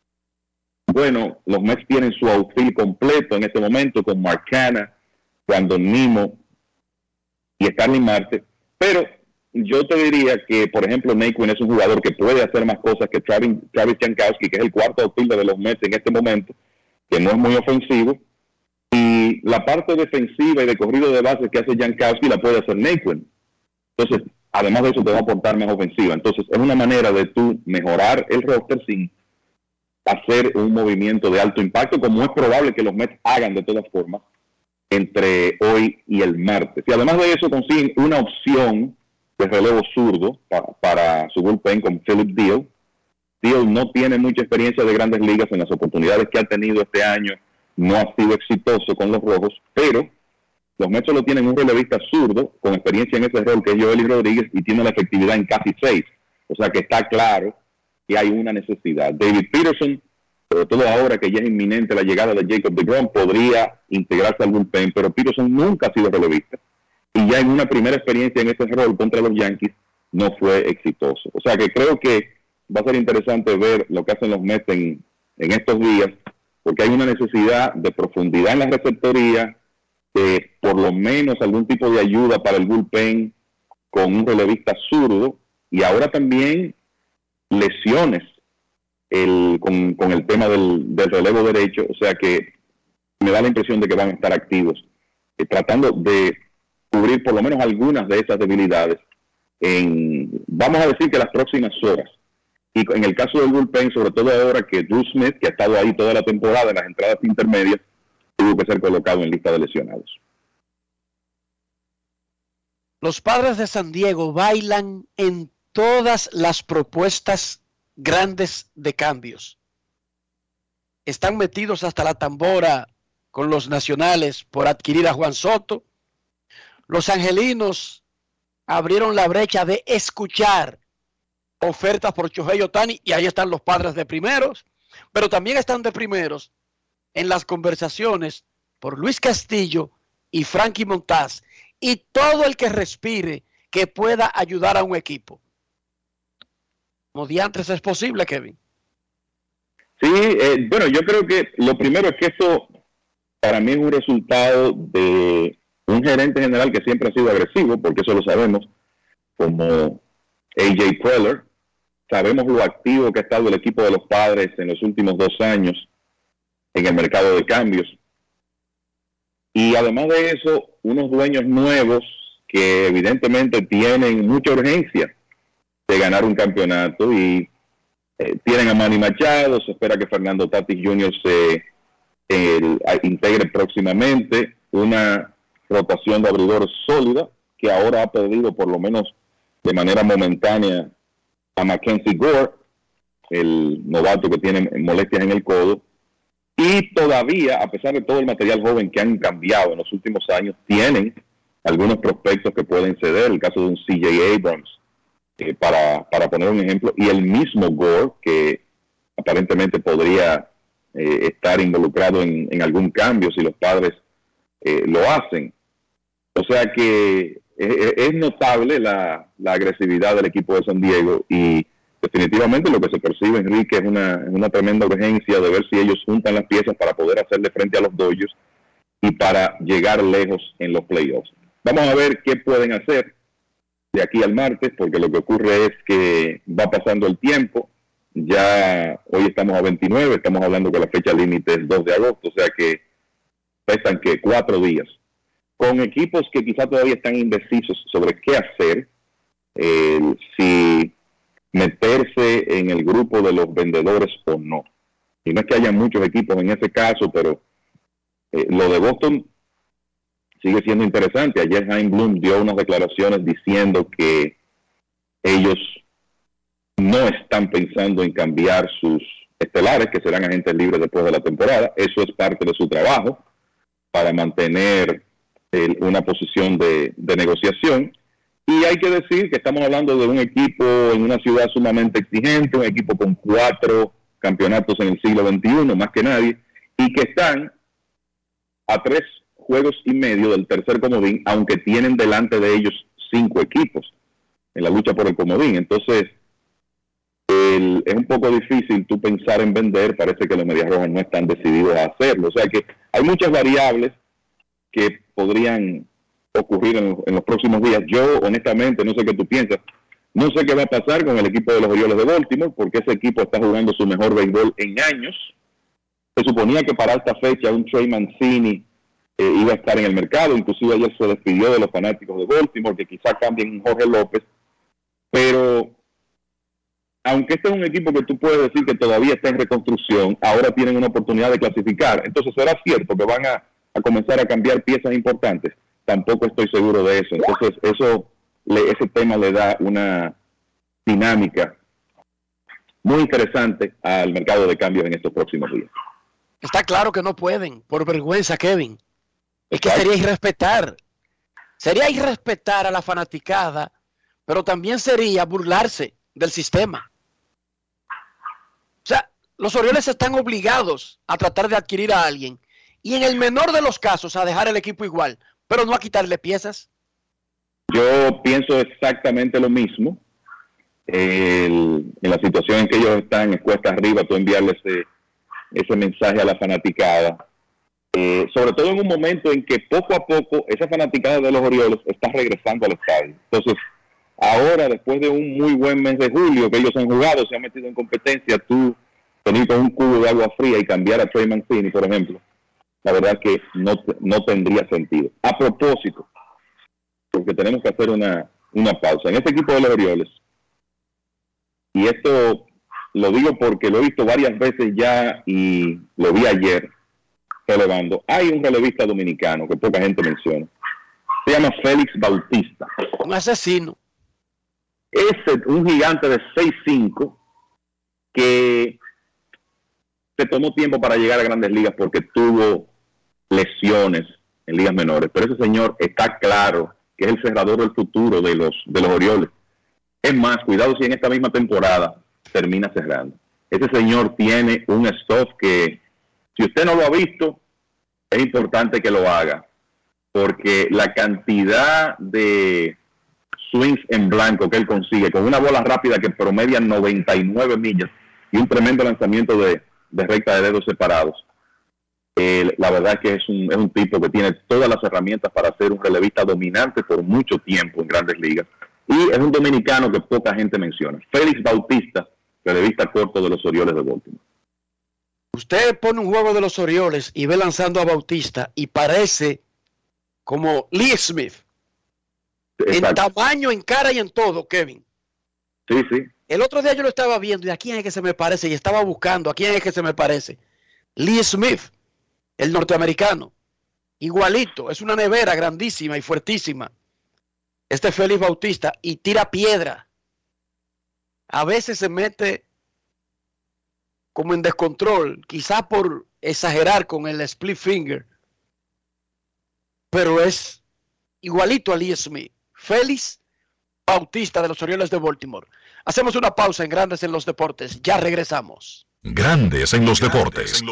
bueno, los Mets tienen su outfield completo en este momento con Mark Canha, Brandon Nimmo y Starling Marte, pero yo te diría que, por ejemplo, Naquin es un jugador que puede hacer más cosas que Travis Jankowski, que es el cuarto outfielder de los Mets en este momento, que no es muy ofensivo, y la parte defensiva y de corrido de base que hace Jankowski la puede hacer Naquin. Entonces, además de eso, te va a aportar más ofensiva. Entonces, es una manera de tú mejorar el roster sin hacer un movimiento de alto impacto, como es probable que los Mets hagan de todas formas entre hoy y el martes. Y además de eso, consiguen una opción de relevo zurdo para su bullpen con Philip Diehl. Diehl no tiene mucha experiencia de Grandes Ligas, en las oportunidades que ha tenido este año no ha sido exitoso con los Rojos, pero los Mets solo tienen un relevista zurdo con experiencia en ese rol, que es Joely Rodríguez, y tiene la efectividad en casi 6. O sea que está claro que hay una necesidad. David Peterson, sobre todo ahora que ya es inminente la llegada de Jacob deGrom, podría integrarse al bullpen, pero Peterson nunca ha sido relevista, y ya en una primera experiencia en ese rol contra los Yankees no fue exitoso. O sea que creo que va a ser interesante ver lo que hacen los Mets en estos días, porque hay una necesidad de profundidad en la receptoría, de por lo menos algún tipo de ayuda para el bullpen con un relevista zurdo, y ahora también lesiones con el tema del relevo derecho. O sea que me da la impresión de que van a estar activos, tratando de cubrir por lo menos algunas de esas debilidades vamos a decir que las próximas horas. Y en el caso del bullpen, sobre todo ahora que Drew Smith, que ha estado ahí toda la temporada en las entradas intermedias, tuvo que ser colocado en lista de lesionados. Los Padres de San Diego bailan en todas las propuestas grandes de cambios. Están metidos hasta la tambora con los nacionales por adquirir a Juan Soto. Los angelinos abrieron la brecha de escuchar ofertas por Shohei Ohtani y ahí están los Padres de primeros, pero también están de primeros en las conversaciones por Luis Castillo y Frankie Montas y todo el que respire que pueda ayudar a un equipo. ¿Como diantres es posible, Kevin? Sí, bueno, yo creo que lo primero es que eso para mí es un resultado de un gerente general que siempre ha sido agresivo, porque eso lo sabemos, como A.J. Preller. Sabemos lo activo que ha estado el equipo de los Padres en los últimos 2 años en el mercado de cambios. Y además de eso, unos dueños nuevos que evidentemente tienen mucha urgencia de ganar un campeonato y tienen a Manny Machado, se espera que Fernando Tatis Jr. se integre próximamente, una rotación de abridores sólida que ahora ha perdido por lo menos de manera momentánea a Mackenzie Gore, el novato que tiene molestias en el codo, y todavía, a pesar de todo el material joven que han cambiado en los últimos años, tienen algunos prospectos que pueden ceder, el caso de un C.J. Abrams, para poner un ejemplo, y el mismo Gore, que aparentemente podría estar involucrado en algún cambio si los Padres lo hacen. O sea que es notable la agresividad del equipo de San Diego y definitivamente lo que se percibe, Enrique, es una tremenda urgencia de ver si ellos juntan las piezas para poder hacerle frente a los Dodgers y para llegar lejos en los playoffs. Vamos a ver qué pueden hacer de aquí al martes, porque lo que ocurre es que va pasando el tiempo. Ya hoy estamos a 29, estamos hablando que la fecha límite es 2 de agosto, o sea que restan que 4 días. Con equipos que quizá todavía están indecisos sobre qué hacer, si meterse en el grupo de los vendedores o no. Y no es que haya muchos equipos en ese caso, pero lo de Boston sigue siendo interesante. Ayer Chaim Bloom dio unas declaraciones diciendo que ellos no están pensando en cambiar sus estelares, que serán agentes libres después de la temporada. Eso es parte de su trabajo para mantener una posición de negociación. Y hay que decir que estamos hablando de un equipo en una ciudad sumamente exigente, un equipo con 4 campeonatos en el siglo XXI, más que nadie, y que están a 3 juegos y medio del tercer comodín, aunque tienen delante de ellos 5 equipos en la lucha por el comodín. Entonces, es un poco difícil tú pensar en vender. Parece que los Medias Rojas no están decididos a hacerlo. O sea que hay muchas variables que podrían ocurrir en los próximos días. Yo, honestamente, no sé qué tú piensas. No sé qué va a pasar con el equipo de los Orioles de Baltimore, porque ese equipo está jugando su mejor béisbol en años. Se suponía que para esta fecha un Trey Mancini iba a estar en el mercado. Inclusive ayer se despidió de los fanáticos de Baltimore, que quizá cambien Jorge López. Pero aunque este es un equipo que tú puedes decir que todavía está en reconstrucción, ahora tienen una oportunidad de clasificar. Entonces, ¿será cierto que van a comenzar a cambiar piezas importantes? Tampoco estoy seguro de eso. Entonces, ese tema le da una dinámica muy interesante al mercado de cambios en estos próximos días. Está claro que no pueden, por vergüenza, Kevin. Es que sería irrespetar. Sería irrespetar a la fanaticada, pero también sería burlarse del sistema. O sea, los Orioles están obligados a tratar de adquirir a alguien y en el menor de los casos a dejar el equipo igual, pero no a quitarle piezas. Yo pienso exactamente lo mismo. En la situación en que ellos están, es cuesta arriba tú enviarle ese mensaje a la fanaticada. Sobre todo en un momento en que poco a poco esa fanaticada de los Orioles está regresando al estadio. Entonces, ahora, después de un muy buen mes de julio que ellos han jugado, se han metido en competencia, tú venir con un cubo de agua fría y cambiar a Trey Mancini, por ejemplo, la verdad que no tendría sentido. A propósito, porque tenemos que hacer una pausa. En este equipo de los Orioles, y esto lo digo porque lo he visto varias veces ya y lo vi ayer relevando, hay un relevista dominicano que poca gente menciona. Se llama Félix Bautista. Un asesino. Es un gigante de 6'5", que se tomó tiempo para llegar a Grandes Ligas porque tuvo lesiones en ligas menores, pero ese señor está claro que es el cerrador del futuro de los Orioles. Es más, cuidado si en esta misma temporada termina cerrando. Ese señor tiene un stuff que, si usted no lo ha visto, es importante que lo haga, porque la cantidad de swings en blanco que él consigue con una bola rápida que promedia 99 millas y un tremendo lanzamiento de recta de dedos separados, la verdad es que es un tipo que tiene todas las herramientas para ser un relevista dominante por mucho tiempo en Grandes Ligas, y es un dominicano que poca gente menciona. Félix Bautista, relevista corto de los Orioles de Baltimore. Usted pone un juego de los Orioles y ve lanzando a Bautista y parece como Lee Smith. Exacto. En tamaño, en cara y en todo, Kevin. Sí, sí. El otro día yo lo estaba viendo y a quién es que se me parece, y estaba buscando a quién es que se me parece. Lee Smith, el norteamericano. Igualito, es una nevera grandísima y fuertísima. Este Félix Bautista, y tira piedra. A veces se mete como en descontrol, quizás por exagerar con el split finger, pero es igualito a Lee Smith. Félix Bautista de los Orioles de Baltimore. Hacemos una pausa en Grandes en los Deportes. Ya regresamos. Grandes en los Deportes.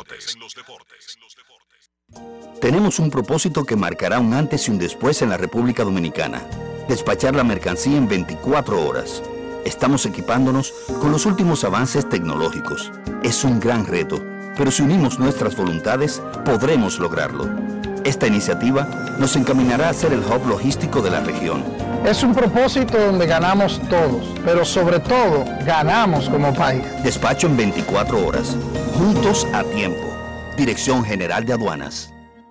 Tenemos un propósito que marcará un antes y un después en la República Dominicana. Despachar la mercancía en 24 horas. Estamos equipándonos con los últimos avances tecnológicos. Es un gran reto, pero si unimos nuestras voluntades, podremos lograrlo. Esta iniciativa nos encaminará a ser el hub logístico de la región. Es un propósito donde ganamos todos, pero sobre todo, ganamos como país. Despacho en 24 horas. Juntos a tiempo. Dirección General de Aduanas.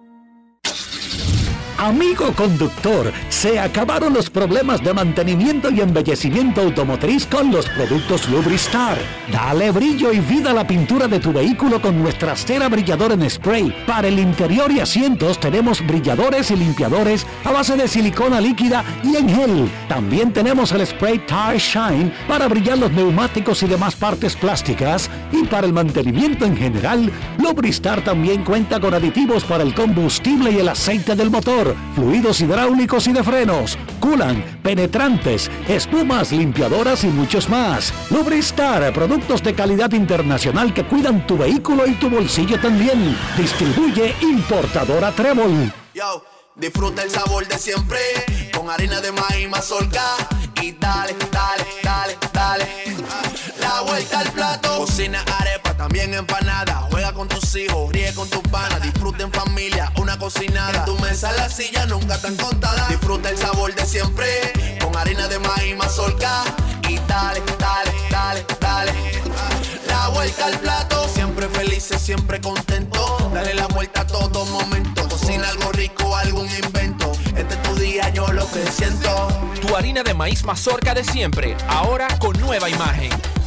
Amigo conductor, se acabaron los problemas de mantenimiento y embellecimiento automotriz con los productos Lubristar. Dale brillo y vida a la pintura de tu vehículo con nuestra cera brilladora en spray. Para el interior y asientos tenemos brilladores y limpiadores a base de silicona líquida y en gel. También tenemos el spray Tire Shine para brillar los neumáticos y demás partes plásticas. Y para el mantenimiento en general, Lubristar también cuenta con aditivos para el combustible y el aceite del motor, fluidos hidráulicos y de frenos, culan, penetrantes, espumas, limpiadoras y muchos más. Lubristar, productos de calidad internacional que cuidan tu vehículo y tu bolsillo también. Distribuye importadora Trébol. Yo, disfruta el sabor de siempre con harina de maíz mazorca y dale, dale, dale, dale. La vuelta al plato, cocina arepa, también empanada. Juega con tus hijos, ríe con tus panas, disfruta en familia, una cocinada. En tu mesa la silla nunca tan contada. Disfruta el sabor de siempre con harina de maíz mazorca y dale, dale, dale, dale. La vuelta al plato, siempre felices, siempre contento. Dale la vuelta a todo momento. Cocina algo rico, algún invento. Este es tu día, yo lo que siento. Tu harina de maíz mazorca de siempre, ahora con nueva imagen.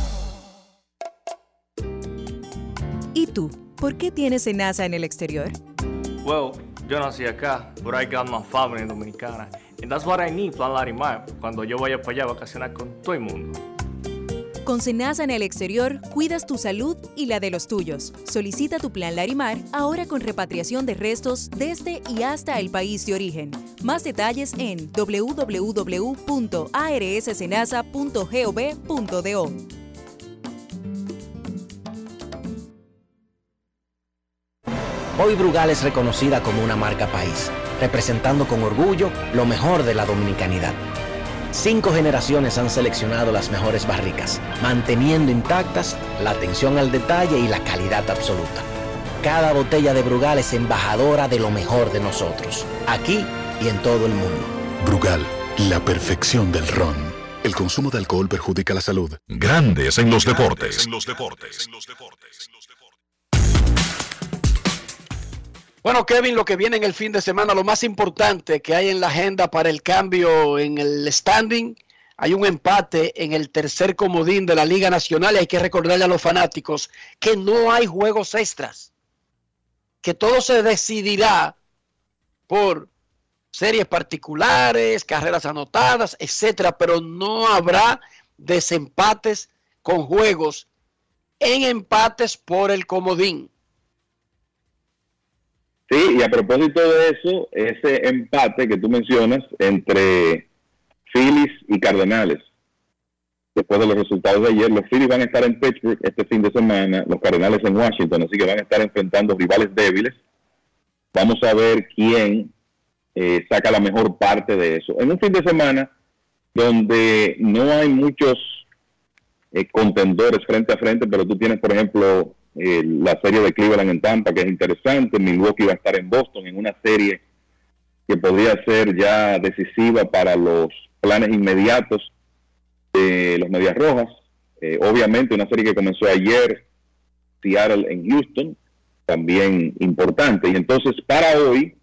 ¿Y tú? ¿Por qué tienes SENASA en el exterior? Well, yo nací acá, but I got my family dominicana. And that's what I need, Plan Larimar, cuando yo vaya para allá a vacacionar con todo el mundo. Con SENASA en el exterior, cuidas tu salud y la de los tuyos. Solicita tu Plan Larimar ahora con repatriación de restos desde y hasta el país de origen. Más detalles en www.arssenasa.gov.do. Hoy Brugal es reconocida como una marca país, representando con orgullo lo mejor de la dominicanidad. 5 generaciones han seleccionado las mejores barricas, manteniendo intactas la atención al detalle y la calidad absoluta. Cada botella de Brugal es embajadora de lo mejor de nosotros, aquí y en todo el mundo. Brugal, la perfección del ron. El consumo de alcohol perjudica la salud. Grandes en los deportes. Bueno, Kevin, lo que viene en el fin de semana, lo más importante que hay en la agenda para el cambio en el standing, hay un empate en el tercer comodín de la Liga Nacional y hay que recordarle a los fanáticos que no hay juegos extras, que todo se decidirá por series particulares, carreras anotadas, etcétera, pero no habrá desempates con juegos en empates por el comodín. Sí, y a propósito de eso, ese empate que tú mencionas entre Phillies y Cardenales, después de los resultados de ayer, los Phillies van a estar en Pittsburgh este fin de semana, los Cardenales en Washington, así que van a estar enfrentando rivales débiles. Vamos a ver quién saca la mejor parte de eso. En un fin de semana donde no hay muchos contendores frente a frente, pero tú tienes, por ejemplo, la serie de Cleveland en Tampa, que es interesante. Milwaukee va a estar en Boston en una serie que podría ser ya decisiva para los planes inmediatos de los Medias Rojas. Obviamente una serie que comenzó ayer, Seattle en Houston, también importante. Y entonces para hoy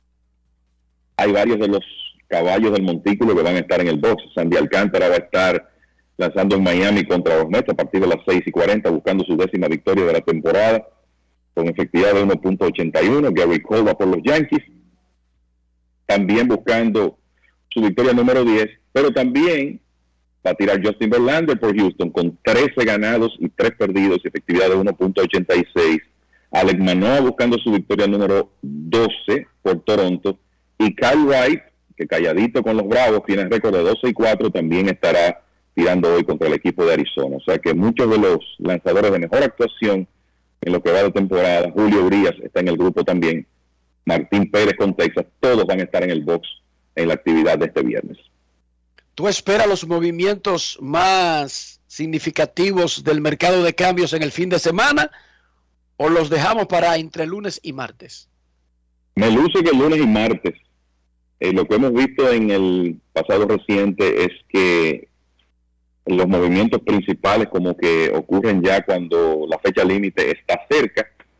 hay varios de los caballos del montículo que van a estar en el box. Sandy Alcántara va a estar lanzando en Miami contra los Mets a partir de las 6:40, buscando su 10ª victoria de la temporada, con efectividad de 1.81. Gary Cole va por los Yankees, también buscando su victoria número 10, pero también va a tirar Justin Verlander por Houston, con 13 ganados y 3 perdidos, y efectividad de 1.86. Alek Manoah buscando su victoria número 12 por Toronto, y Kyle Wright, que calladito con los Bravos, tiene récord de 12-4, también estará tirando hoy contra el equipo de Arizona. O sea que muchos de los lanzadores de mejor actuación en lo que va de temporada, Julio Urias está en el grupo también, Martín Pérez con Texas, todos van a estar en el box en la actividad de este viernes. ¿Tú esperas los movimientos más significativos del mercado de cambios en el fin de semana o los dejamos para entre lunes y martes? Me luce que el lunes y martes. Lo que hemos visto en el pasado reciente es que los movimientos principales como que ocurren ya cuando la fecha límite está cerca.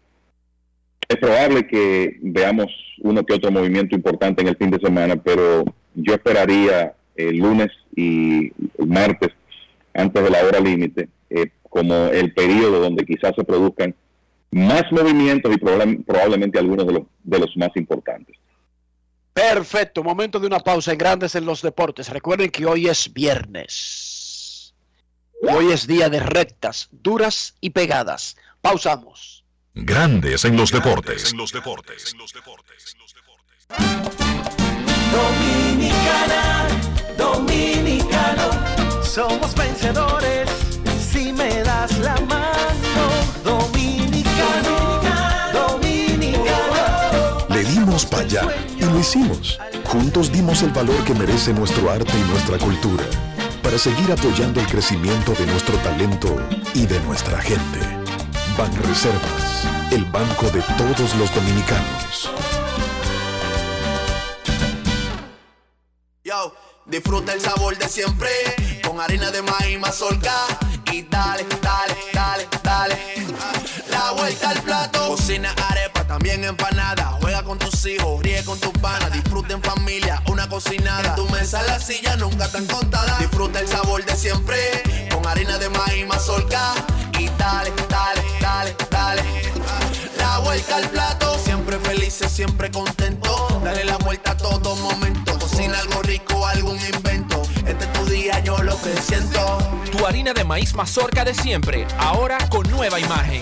Es probable que veamos uno que otro movimiento importante en el fin de semana, pero yo esperaría el lunes y el martes, antes de la hora límite, como el periodo donde quizás se produzcan más movimientos y probablemente algunos de los más importantes. Perfecto, momento de una pausa en Grandes en los Deportes. Recuerden que hoy es viernes. Hoy es día de rectas, duras y pegadas. Pausamos. Grandes en los deportes. Dominicana, dominicano, somos vencedores si me das la mano. Dominicano, dominicano. Le dimos para allá y lo hicimos. Juntos dimos el valor que merece nuestro arte y nuestra cultura, para seguir apoyando el crecimiento de nuestro talento y de nuestra gente. Banreservas, el banco de todos los dominicanos. Yo, disfruta el sabor de siempre, con harina de maíz mazorca, y dale, dale, dale, dale, la vuelta al plato. Cocina arepa, también empanada, juega con tus hijos, ríe con tus panas, disfruta en familia, una cocinada, en tu mesa la silla nunca tan contada. Disfruta el sabor de siempre, con harina de maíz mazorca, y dale, dale, dale, dale, la vuelta al plato. Siempre felices, siempre contento, dale la vuelta a todo momento. Cocina algo rico, algún invento, este es tu día, yo lo que siento. Tu harina de maíz mazorca de siempre, ahora con nueva imagen.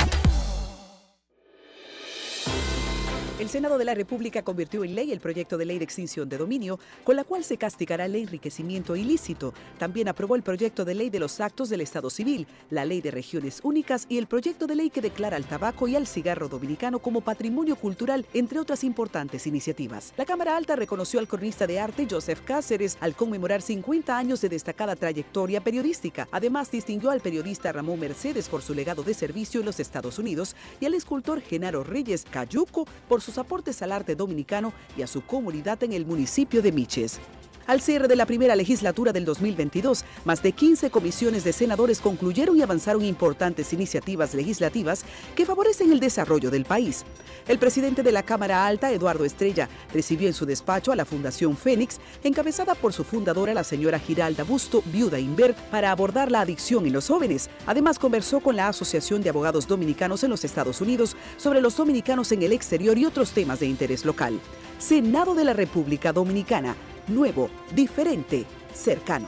El Senado de la República convirtió en ley el proyecto de ley de extinción de dominio, con la cual se castigará el enriquecimiento ilícito. También aprobó el proyecto de ley de los actos del Estado Civil, la ley de regiones únicas y el proyecto de ley que declara al tabaco y al cigarro dominicano como patrimonio cultural, entre otras importantes iniciativas. La Cámara Alta reconoció al cronista de arte Joseph Cáceres al conmemorar 50 años de destacada trayectoria periodística. Además, distinguió al periodista Ramón Mercedes por su legado de servicio en los Estados Unidos y al escultor Genaro Reyes Cayuco por sus aportes al arte dominicano y a su comunidad en el municipio de Miches. Al cierre de la primera legislatura del 2022, más de 15 comisiones de senadores concluyeron y avanzaron importantes iniciativas legislativas que favorecen el desarrollo del país. El presidente de la Cámara Alta, Eduardo Estrella, recibió en su despacho a la Fundación Fénix, encabezada por su fundadora, la señora Giralda Busto, viuda Inver, para abordar la adicción en los jóvenes. Además, conversó con la Asociación de Abogados Dominicanos en los Estados Unidos sobre los dominicanos en el exterior y otros temas de interés local. Senado de la República Dominicana. Nuevo, diferente, cercano.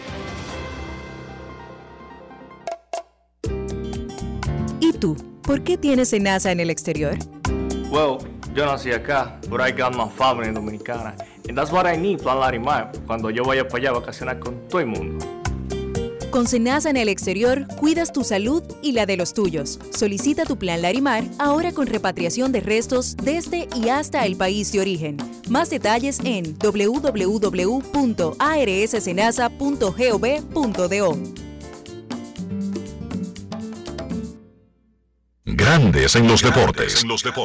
¿Y tú? ¿Por qué tienes SENASA en el exterior? Well, yo nací acá, but I got my family dominicana. And that's what I need, Plan Larimar, cuando yo vaya para allá a vacacionar con todo el mundo. Con SENASA en el exterior, cuidas tu salud y la de los tuyos. Solicita tu plan Larimar ahora con repatriación de restos desde y hasta el país de origen. Más detalles en www.arssenasa.gov.do. Grandes en los deportes.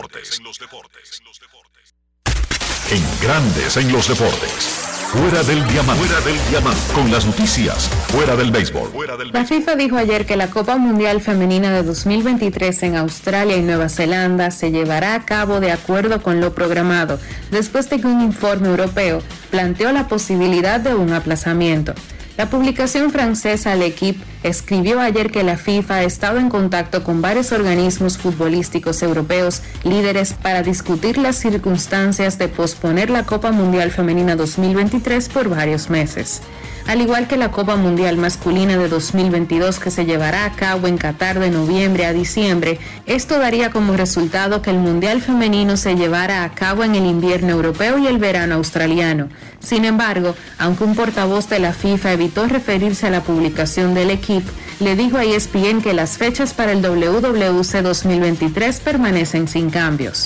En Grandes en los deportes. Fuera del diamante. Con las noticias. Fuera del béisbol. La FIFA dijo ayer que la Copa Mundial Femenina de 2023 en Australia y Nueva Zelanda se llevará a cabo de acuerdo con lo programado, después de que un informe europeo planteó la posibilidad de un aplazamiento. La publicación francesa L'Equipe escribió ayer que la FIFA ha estado en contacto con varios organismos futbolísticos europeos líderes para discutir las circunstancias de posponer la Copa Mundial Femenina 2023 por varios meses. Al igual que la Copa Mundial Masculina de 2022 que se llevará a cabo en Qatar de noviembre a diciembre, esto daría como resultado que el Mundial Femenino se llevara a cabo en el invierno europeo y el verano australiano. Sin embargo, aunque un portavoz de la FIFA evitó referirse a la publicación del equipo, le dijo a ESPN que las fechas para el WWC 2023 permanecen sin cambios.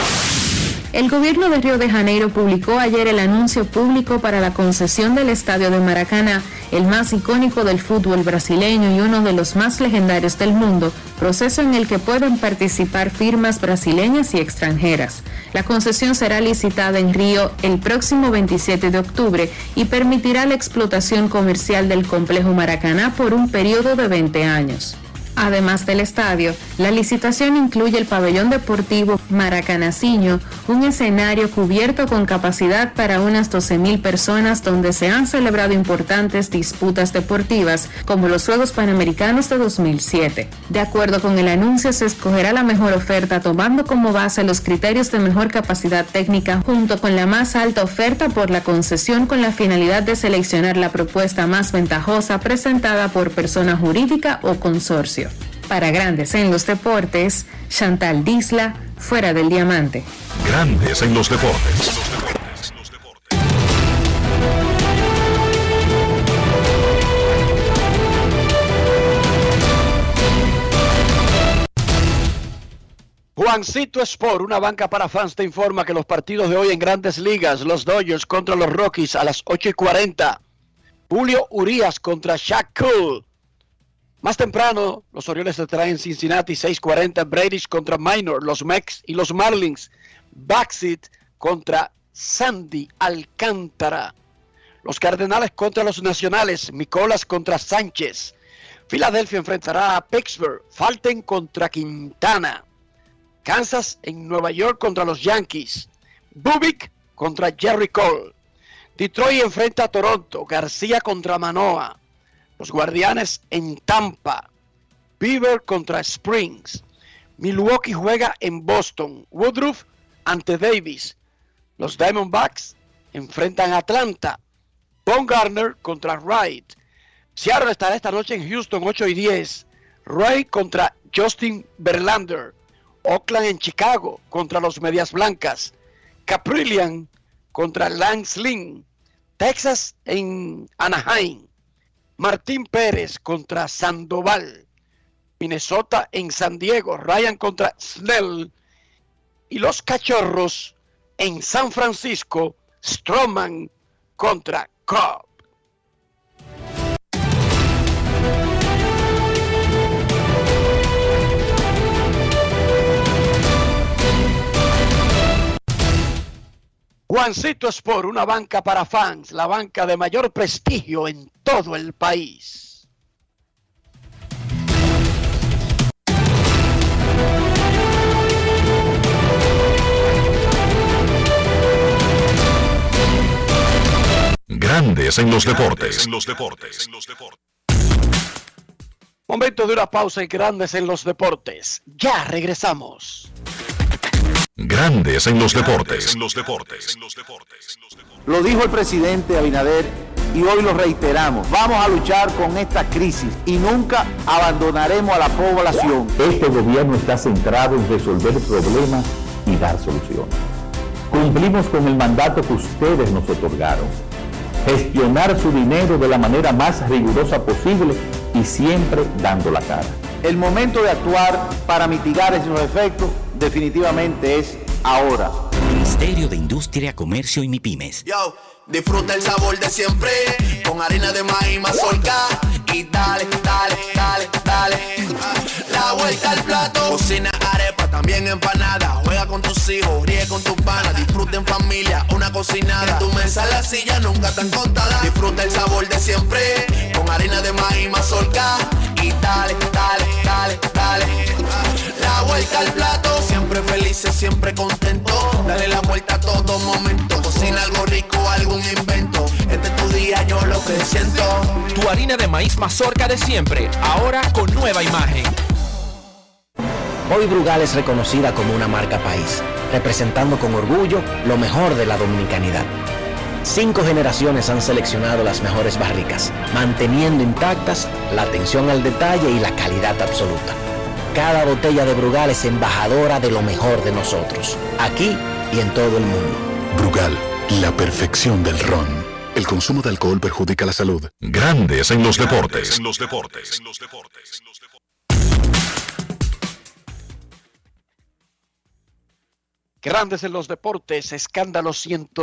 El gobierno de Río de Janeiro publicó ayer el anuncio público para la concesión del estadio de Maracaná, el más icónico del fútbol brasileño y uno de los más legendarios del mundo, proceso en el que pueden participar firmas brasileñas y extranjeras. La concesión será licitada en Río el próximo 27 de octubre y permitirá la explotación comercial del complejo Maracaná por un periodo de 20 años. Además del estadio, la licitación incluye el pabellón deportivo Maracanacinho, un escenario cubierto con capacidad para unas 12,000 personas donde se han celebrado importantes disputas deportivas como los Juegos Panamericanos de 2007. De acuerdo con el anuncio, se escogerá la mejor oferta tomando como base los criterios de mejor capacidad técnica junto con la más alta oferta por la concesión con la finalidad de seleccionar la propuesta más ventajosa presentada por persona jurídica o consorcio. Para Grandes en los Deportes, Chantal Disla, Fuera del Diamante. Grandes en los deportes. Juancito Sport, una banca para fans, te informa que los partidos de hoy en Grandes Ligas, los Dodgers contra los Rockies a las 8:40. Julio Urías contra Shaq Cool. Más temprano, los Orioles te traen Cincinnati 6:40, Bradish contra Minor, los Mets y los Marlins, Backseat contra Sandy Alcántara, los Cardenales contra los Nacionales, Micolas contra Sánchez, Filadelfia enfrentará a Pittsburgh, Falten contra Quintana, Kansas en Nueva York contra los Yankees, Bubik contra Jerry Cole, Detroit enfrenta a Toronto, García contra Manoah, los Guardianes en Tampa, Beaver contra Springs, Milwaukee juega en Boston, Woodruff ante Davis, los Diamondbacks enfrentan a Atlanta, Bumgarner contra Wright, Seattle estará esta noche en Houston 8:10, Ray contra Justin Verlander, Oakland en Chicago contra los Medias Blancas, Caprillion contra Lance Lynn, Texas en Anaheim, Martín Pérez contra Sandoval, Minnesota en San Diego, Ryan contra Snell, y los Cachorros en San Francisco, Stroman contra Cobb. Juancito Sport, una banca para fans, la banca de mayor prestigio en todo el país. Grandes en los deportes. Momento de una pausa y Grandes en los deportes. Ya regresamos. Grandes en los deportes. Lo dijo el presidente Abinader y hoy lo reiteramos. Vamos a luchar con esta crisis y nunca abandonaremos a la población. Este gobierno está centrado en resolver problemas y dar soluciones. Cumplimos con el mandato que ustedes nos otorgaron. Gestionar su dinero de la manera más rigurosa posible y siempre dando la cara. El momento de actuar para mitigar esos efectos definitivamente es ahora. Ministerio de Industria, Comercio y MIPYMES. Yo, disfruta el sabor de siempre con harina de maíz mazorca y dale, dale, dale, dale. La vuelta al plato, cocina arepa, también empanada. Juega con tus hijos, ríe con tus panas, disfruta en familia, una cocinada. En tu mesa la silla nunca tan contada. Disfruta el sabor de siempre con harina de maíz mazorca y dale, dale, dale, dale. La vuelta al plato, siempre felices, siempre contentos. Dale la vuelta a todo momento. Cocina algo rico, algún invento. Este es tu día, yo lo que siento. Tu harina de maíz mazorca de siempre, ahora con nueva imagen. Hoy Brugal es reconocida como una marca país, representando con orgullo lo mejor de la dominicanidad. 5 generaciones han seleccionado las mejores barricas, manteniendo intactas la atención al detalle y la calidad absoluta. Cada botella de Brugal es embajadora de lo mejor de nosotros, aquí y en todo el mundo. Brugal, la perfección del ron. El consumo de alcohol perjudica la salud. Grandes en los deportes. Grandes en los deportes, escándalo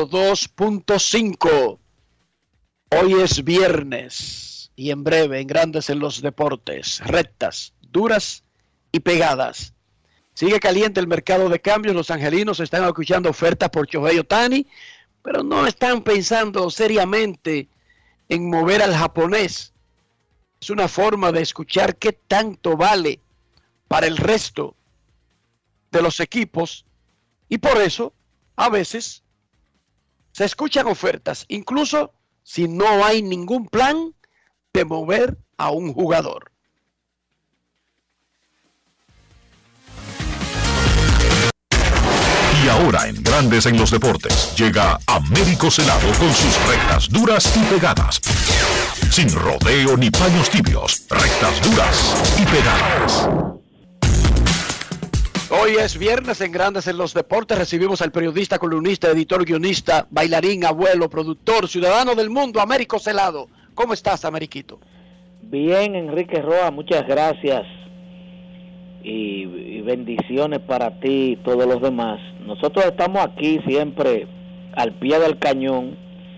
102.5. Hoy es viernes y en breve en Grandes en los deportes, rectas, duras y pegadas. Sigue caliente el mercado de cambios. Los angelinos están escuchando ofertas por Shohei Ohtani, pero no están pensando seriamente en mover al japonés. Es una forma de escuchar qué tanto vale para el resto de los equipos. Y por eso, a veces, se escuchan ofertas, incluso si no hay ningún plan de mover a un jugador. Y ahora en Grandes en los deportes, llega Américo Celado con sus rectas duras y pegadas. Sin rodeo ni paños tibios, rectas duras y pegadas. Hoy es viernes en Grandes en los deportes. Recibimos al periodista, columnista, editor, guionista, bailarín, abuelo, productor, ciudadano del mundo, Américo Celado. ¿Cómo estás, Ameriquito? Bien, Enrique Roa, muchas gracias. Y bendiciones para ti y todos los demás. Nosotros estamos aquí siempre al pie del cañón,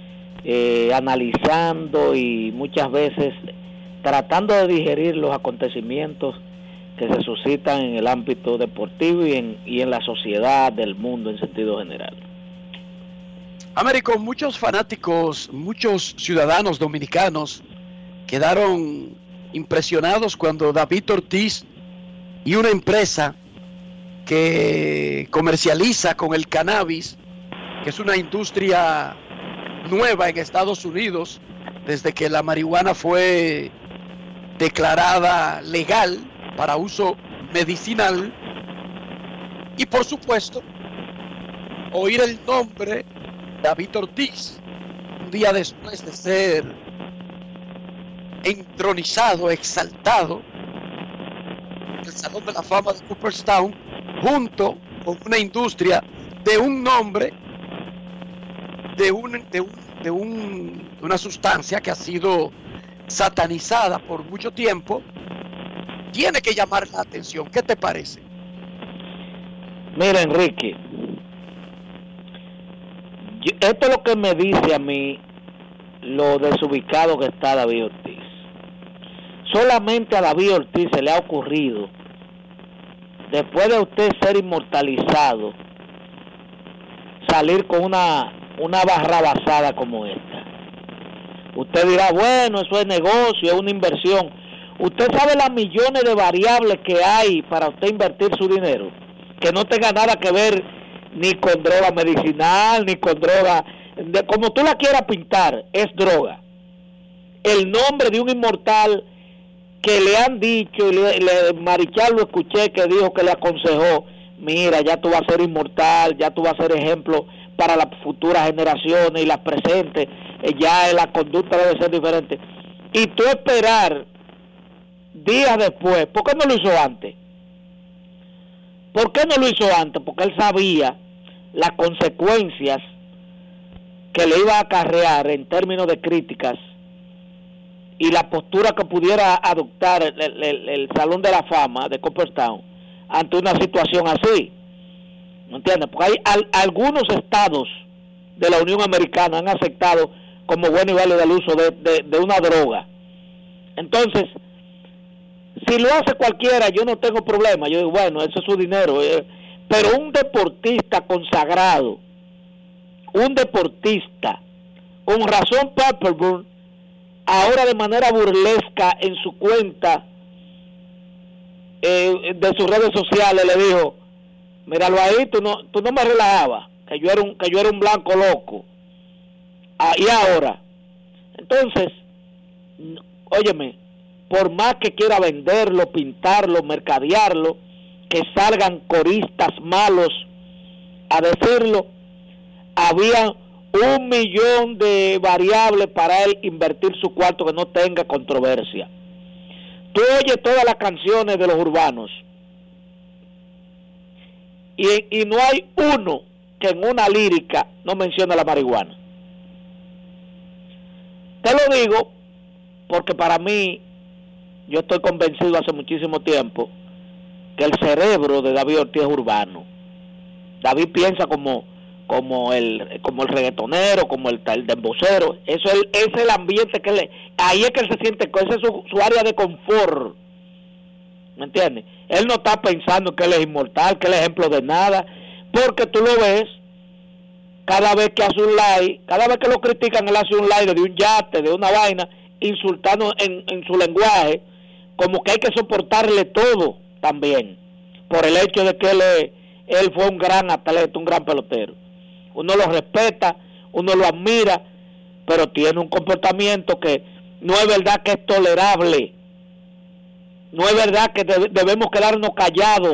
analizando y muchas veces tratando de digerir los acontecimientos que se suscitan en el ámbito deportivo y en la sociedad del mundo en sentido general. Américo, muchos fanáticos, muchos ciudadanos dominicanos quedaron impresionados cuando David Ortiz y una empresa que comercializa con el cannabis, que es una industria nueva en Estados Unidos, desde que la marihuana fue declarada legal para uso medicinal, y por supuesto oír el nombre David Ortiz un día después de ser entronizado, exaltado en el Salón de la Fama de Cooperstown, junto con una industria de un nombre de una sustancia que ha sido satanizada por mucho tiempo, tiene que llamar la atención. ¿Qué te parece? Mira, Enrique, esto es lo que me dice a mí lo desubicado que está David Ortiz. Solamente a David Ortiz se le ha ocurrido, después de usted ser inmortalizado, salir con una una barrabasada como esta. Usted dirá, bueno, eso es negocio, es una inversión. Usted sabe las millones de variables que hay para usted invertir su dinero, que no tenga nada que ver ni con droga medicinal, ni con droga, como tú la quieras pintar, es droga. El nombre de un inmortal que le han dicho, Marichal lo escuché que dijo, que le aconsejó, mira, ya tú vas a ser inmortal, ya tú vas a ser ejemplo para las futuras generaciones y las presentes, ya la conducta debe ser diferente. Y tú esperar días después, ¿por qué no lo hizo antes? ¿Por qué no lo hizo antes? Porque él sabía las consecuencias que le iba a acarrear en términos de críticas y la postura que pudiera adoptar el Salón de la Fama de Cooperstown ante una situación así. ¿Me entiendes? Porque hay algunos estados de la Unión Americana han aceptado como bueno y válido el uso de una droga. Entonces, si lo hace cualquiera, yo no tengo problema. Yo digo, bueno, eso es su dinero. Pero un deportista consagrado, un deportista, con razón Pepperburn, ahora de manera burlesca en su cuenta de sus redes sociales le dijo, míralo ahí, tú no me relajabas, que yo era un blanco loco. Y ahora, entonces, óyeme, por más que quiera venderlo, pintarlo, mercadearlo, que salgan coristas malos a decirlo, había 1 millón de variables para él invertir su cuarto que no tenga controversia. Tú oyes todas las canciones de los urbanos y no hay uno que en una lírica no menciona la marihuana. Te lo digo porque para mí, yo estoy convencido hace muchísimo tiempo que el cerebro de David Ortiz es urbano. David piensa como el reggaetonero, como el dembocero. Eso es el ambiente que ahí es que él se siente, esa es su área de confort. ¿Me entiendes? Él no está pensando que él es inmortal, que él es ejemplo de nada, porque tú lo ves cada vez que hace un live, cada vez que lo critican, él hace un live de un yate, de una vaina, insultando en su lenguaje, como que hay que soportarle todo también, por el hecho de que él fue un gran atleta, un gran pelotero. Uno lo respeta, uno lo admira, pero tiene un comportamiento que no es verdad que es tolerable, no es verdad que debemos quedarnos callados.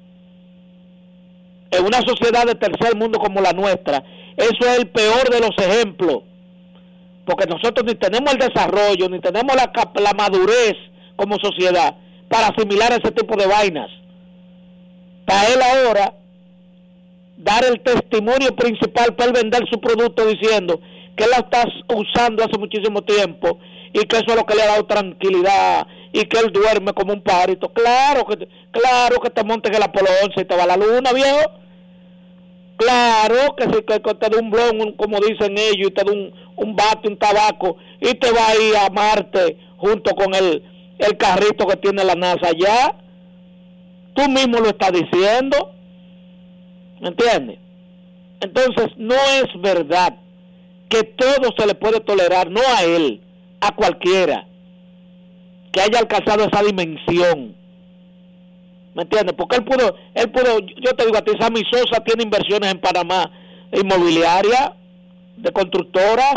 En una sociedad de tercer mundo como la nuestra, eso es el peor de los ejemplos, porque nosotros ni tenemos el desarrollo, ni tenemos la madurez como sociedad para asimilar ese tipo de vainas. Para él ahora dar el testimonio principal para él vender su producto diciendo que él la está usando hace muchísimo tiempo y que eso es lo que le ha dado tranquilidad y que él duerme como un pájaro. Claro que te montes en el Apolo 11 y te va a la luna, viejo. Claro que si que te da un blon, como dicen ellos, y te da un bate, un tabaco, y te va a ir a Marte junto con el carrito que tiene la NASA allá. Tú mismo lo estás diciendo. ¿Me entiendes? Entonces, no es verdad que todo se le puede tolerar, no a él, a cualquiera que haya alcanzado esa dimensión. ¿Me entiendes? Porque él pudo, yo te digo a ti, Sammy Sosa tiene inversiones en Panamá, inmobiliaria, de constructoras.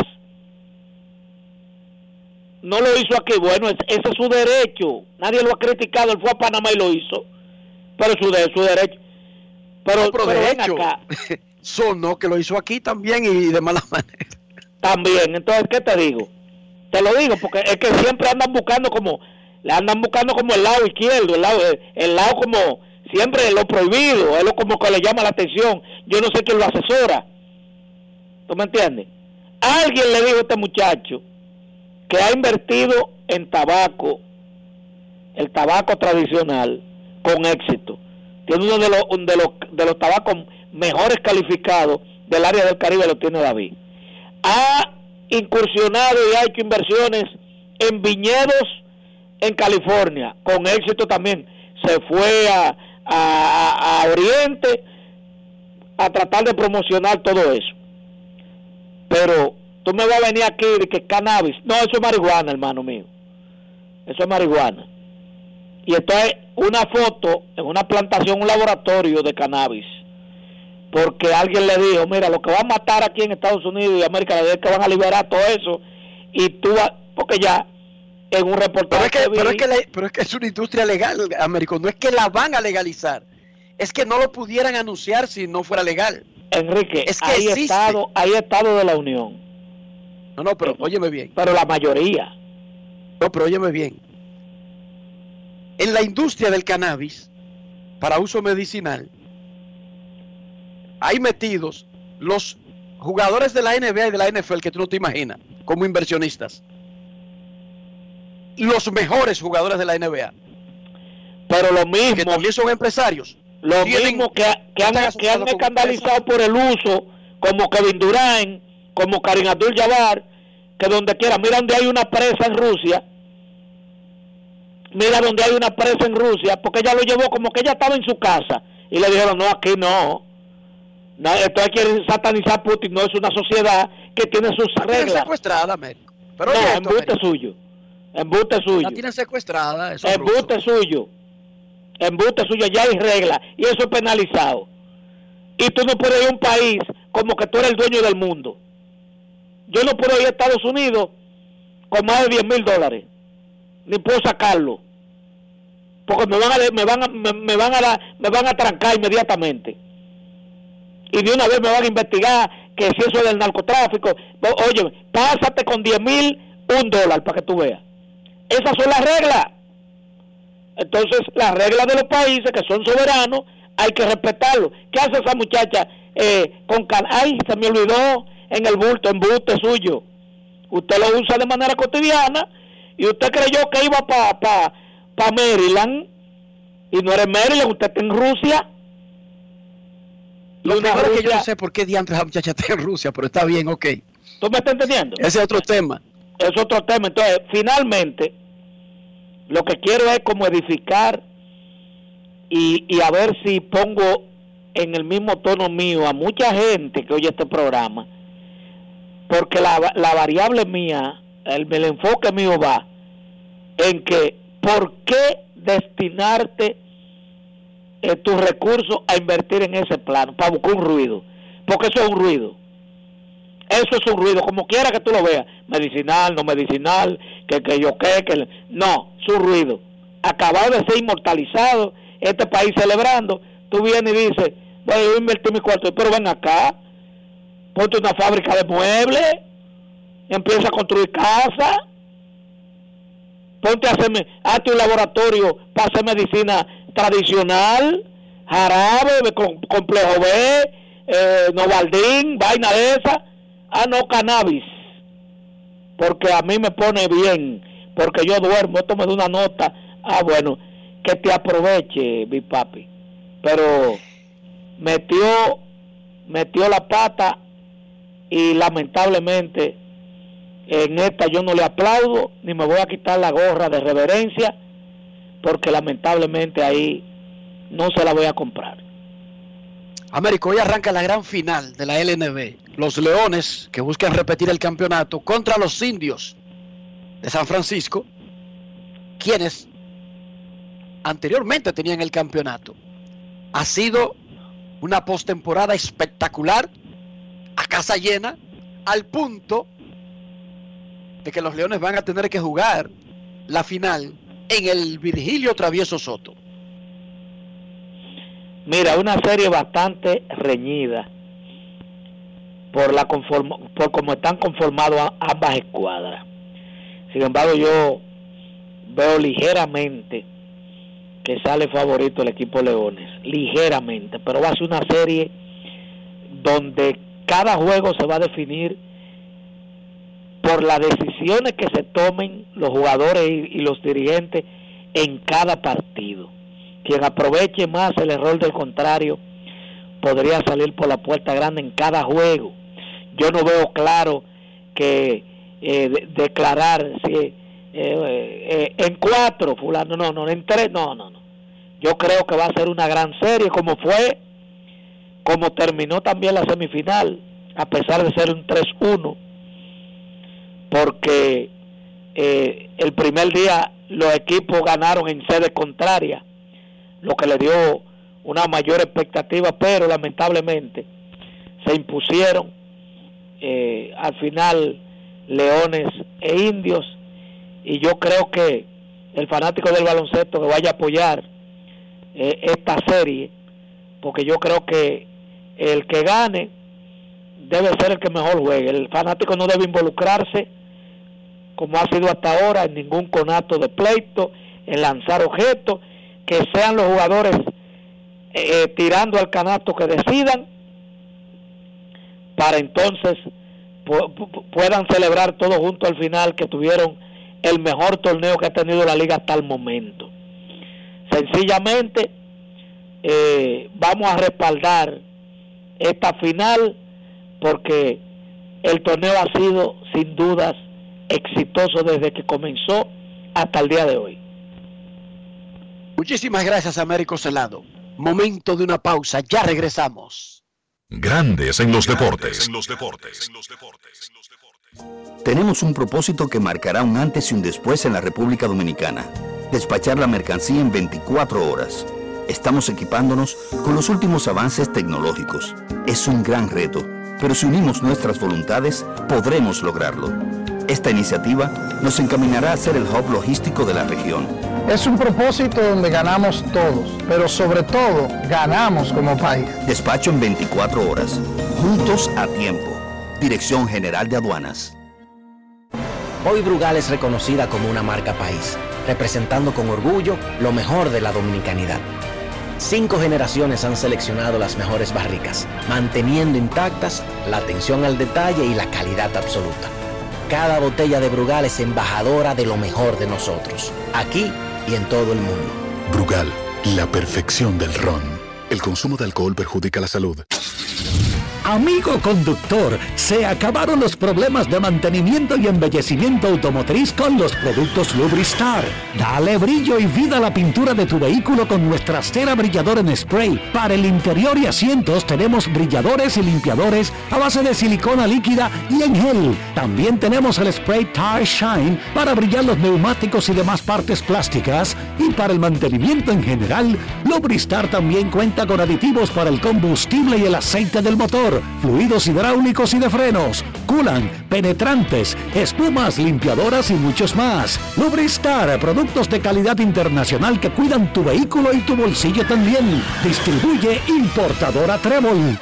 No lo hizo aquí, bueno, ese es su derecho, nadie lo ha criticado, él fue a Panamá y lo hizo, pero su derecho. Pero de ven hecho, acá. no, que lo hizo aquí también y de mala manera. También, entonces, ¿qué te digo? Te lo digo porque es que siempre le andan buscando como el lado izquierdo, el lado como siempre lo prohibido, es lo como que le llama la atención. Yo no sé quién lo asesora. ¿Tú me entiendes? Alguien le dijo a este muchacho que ha invertido en tabaco, el tabaco tradicional, con éxito. Tiene uno de los tabacos mejores calificados del área del Caribe, lo tiene David. Ha incursionado y ha hecho inversiones en viñedos en California, con éxito también. Se fue a Oriente a tratar de promocionar todo eso. Pero tú me vas a venir aquí de que cannabis. No, eso es marihuana, hermano mío. Eso es marihuana. Y esto es una foto en una plantación, un laboratorio de cannabis. Porque alguien le dijo, mira, lo que va a matar aquí en Estados Unidos y América Latina es que van a liberar todo eso. Y tú vas, porque ya en un reportaje... Pero es que es una industria legal, Américo. No es que la van a legalizar. Es que no lo pudieran anunciar si no fuera legal. Enrique, es que hay estados de la Unión. No, pero óyeme bien. Pero la mayoría. No, pero óyeme bien. En la industria del cannabis, para uso medicinal, hay metidos los jugadores de la NBA y de la NFL que tú no te imaginas, como inversionistas. Los mejores jugadores de la NBA. Pero lo mismo. Que también son empresarios. Lo mismo que han escandalizado por el uso, como Kevin Durant, como Karim Abdul-Jabbar, que donde quiera, mira donde hay una presa en Rusia, porque ella lo llevó como que ella estaba en su casa, y le dijeron, no, aquí no, esto hay que satanizar a Putin, no es una sociedad que tiene sus reglas. La secuestrada, Américo. Pero no, embuste suyo. La tienen secuestrada, embuste suyo, ya hay reglas y eso es penalizado. Y tú no puedes ir a un país como que tú eres el dueño del mundo. Yo no puedo ir a Estados Unidos con más de $10,000, ni puedo sacarlo, porque me van a trancar inmediatamente y de una vez me van a investigar que si eso es del narcotráfico. Oye, pásate con $10,000 $1 para que tú veas. Esas son las reglas. Entonces, las reglas de los países que son soberanos, hay que respetarlo. ¿Qué hace esa muchacha ay, se me olvidó en el bulto, embuste suyo? Usted lo usa de manera cotidiana y usted creyó que iba para Maryland y no era Maryland, usted está en Rusia. Lo primero es que yo no sé por qué diantres esa muchacha está en Rusia, pero está bien, ok. ¿Tú me estás entendiendo? Ese es otro tema. Es otro tema. Entonces, finalmente, lo que quiero es como edificar y a ver si pongo en el mismo tono mío a mucha gente que oye este programa, porque la variable mía, el enfoque mío va en que ¿por qué destinarte tus recursos a invertir en ese plano? Para buscar un ruido, porque eso es un ruido. Eso es un ruido, como quiera que tú lo veas, medicinal, no medicinal, que no, es un ruido. Acabado de ser inmortalizado, este país celebrando, tú vienes y dices, bueno, yo invertí mi cuarto, pero ven acá, ponte una fábrica de muebles, empieza a construir casas, hazte un laboratorio para hacer medicina tradicional, jarabe, complejo B, Novaldín, vaina de esa. No, cannabis, porque a mí me pone bien, porque yo duermo, esto me da una nota. Bueno, que te aproveche, mi papi, pero metió la pata y lamentablemente en esta yo no le aplaudo, ni me voy a quitar la gorra de reverencia, porque lamentablemente ahí no se la voy a comprar. Américo, hoy arranca la gran final de la LNB. Los Leones, que buscan repetir el campeonato, contra los Indios de San Francisco, quienes anteriormente tenían el campeonato. Ha sido una postemporada espectacular, a casa llena, al punto de que los Leones van a tener que jugar la final en el Virgilio Travieso Soto. Mira, una serie bastante reñida por cómo están conformadas ambas escuadras. Sin embargo, yo veo ligeramente que sale favorito el equipo Leones, ligeramente, pero va a ser una serie donde cada juego se va a definir por las decisiones que se tomen los jugadores y los dirigentes en cada partido. Quien aproveche más el error del contrario podría salir por la puerta grande en cada juego. Yo no veo claro que declarar si en 4 fulano, no, en 3, no. Yo creo que va a ser una gran serie, como terminó también la semifinal a pesar de ser un 3-1, porque el primer día los equipos ganaron en sede contraria, lo que le dio una mayor expectativa, pero lamentablemente se impusieron al final Leones e Indios, y yo creo que el fanático del baloncesto que vaya a apoyar esta serie, porque yo creo que el que gane debe ser el que mejor juegue. El fanático no debe involucrarse, como ha sido hasta ahora, en ningún conato de pleito, en lanzar objetos, que sean los jugadores tirando al canasto que decidan, para entonces puedan celebrar todos juntos al final que tuvieron el mejor torneo que ha tenido la liga hasta el momento. Sencillamente vamos a respaldar esta final porque el torneo ha sido sin dudas exitoso desde que comenzó hasta el día de hoy. Muchísimas gracias, Américo Celado. Momento de una pausa, ya regresamos. Grandes en los deportes. Tenemos un propósito que marcará un antes y un después en la República Dominicana. Despachar la mercancía en 24 horas. Estamos equipándonos con los últimos avances tecnológicos. Es un gran reto, pero si unimos nuestras voluntades, podremos lograrlo. Esta iniciativa nos encaminará a ser el hub logístico de la región. Es un propósito donde ganamos todos, pero sobre todo ganamos como país. Despacho en 24 horas. Juntos a tiempo. Dirección General de Aduanas. Hoy Brugal es reconocida como una marca país, representando con orgullo lo mejor de la dominicanidad. 5 generaciones han seleccionado las mejores barricas, manteniendo intactas la atención al detalle y la calidad absoluta. Cada botella de Brugal es embajadora de lo mejor de nosotros, aquí y en todo el mundo. Brugal, la perfección del ron. El consumo de alcohol perjudica la salud. Amigo conductor, se acabaron los problemas de mantenimiento y embellecimiento automotriz con los productos Lubristar. Dale brillo y vida a la pintura de tu vehículo con nuestra cera brilladora en spray. Para el interior y asientos tenemos brilladores y limpiadores a base de silicona líquida y en gel. También tenemos el spray Tire Shine para brillar los neumáticos y demás partes plásticas. Y para el mantenimiento en general, Lubristar también cuenta con aditivos para el combustible y el aceite del motor, fluidos hidráulicos y de frenos, culan, penetrantes, espumas, limpiadoras y muchos más. Lubristar, productos de calidad internacional que cuidan tu vehículo y tu bolsillo también. Distribuye importadora Trébol.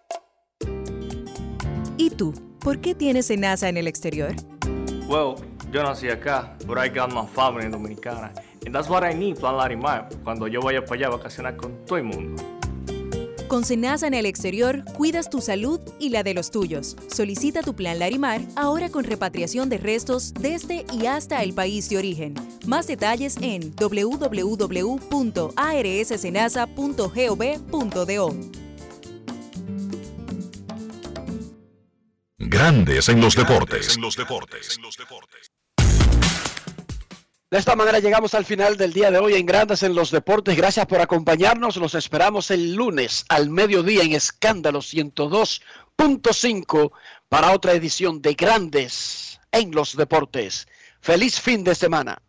¿Y tú? ¿Por qué tienes SENASA en el exterior? Well, yo nací acá, but I got my family dominicana. And that's what I need, Plan Larimar, cuando yo vaya para allá a vacacionar con todo el mundo. Con SENASA en el exterior, cuidas tu salud y la de los tuyos. Solicita tu plan Larimar ahora con repatriación de restos desde y hasta el país de origen. Más detalles en www.arssenasa.gov.do. Grandes en los deportes. De esta manera llegamos al final del día de hoy en Grandes en los Deportes. Gracias por acompañarnos. Los esperamos el lunes al mediodía en Escándalo 102.5 para otra edición de Grandes en los Deportes. Feliz fin de semana.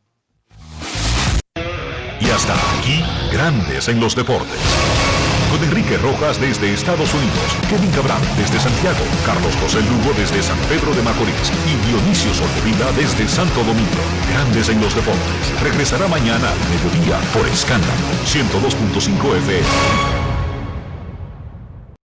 Y hasta aquí, Grandes en los Deportes. Con Enrique Rojas desde Estados Unidos, Kevin Cabral desde Santiago, Carlos José Lugo desde San Pedro de Macorís y Dionisio Solterida desde Santo Domingo. Grandes en los Deportes. Regresará mañana al mediodía por Escándalo 102.5 FM.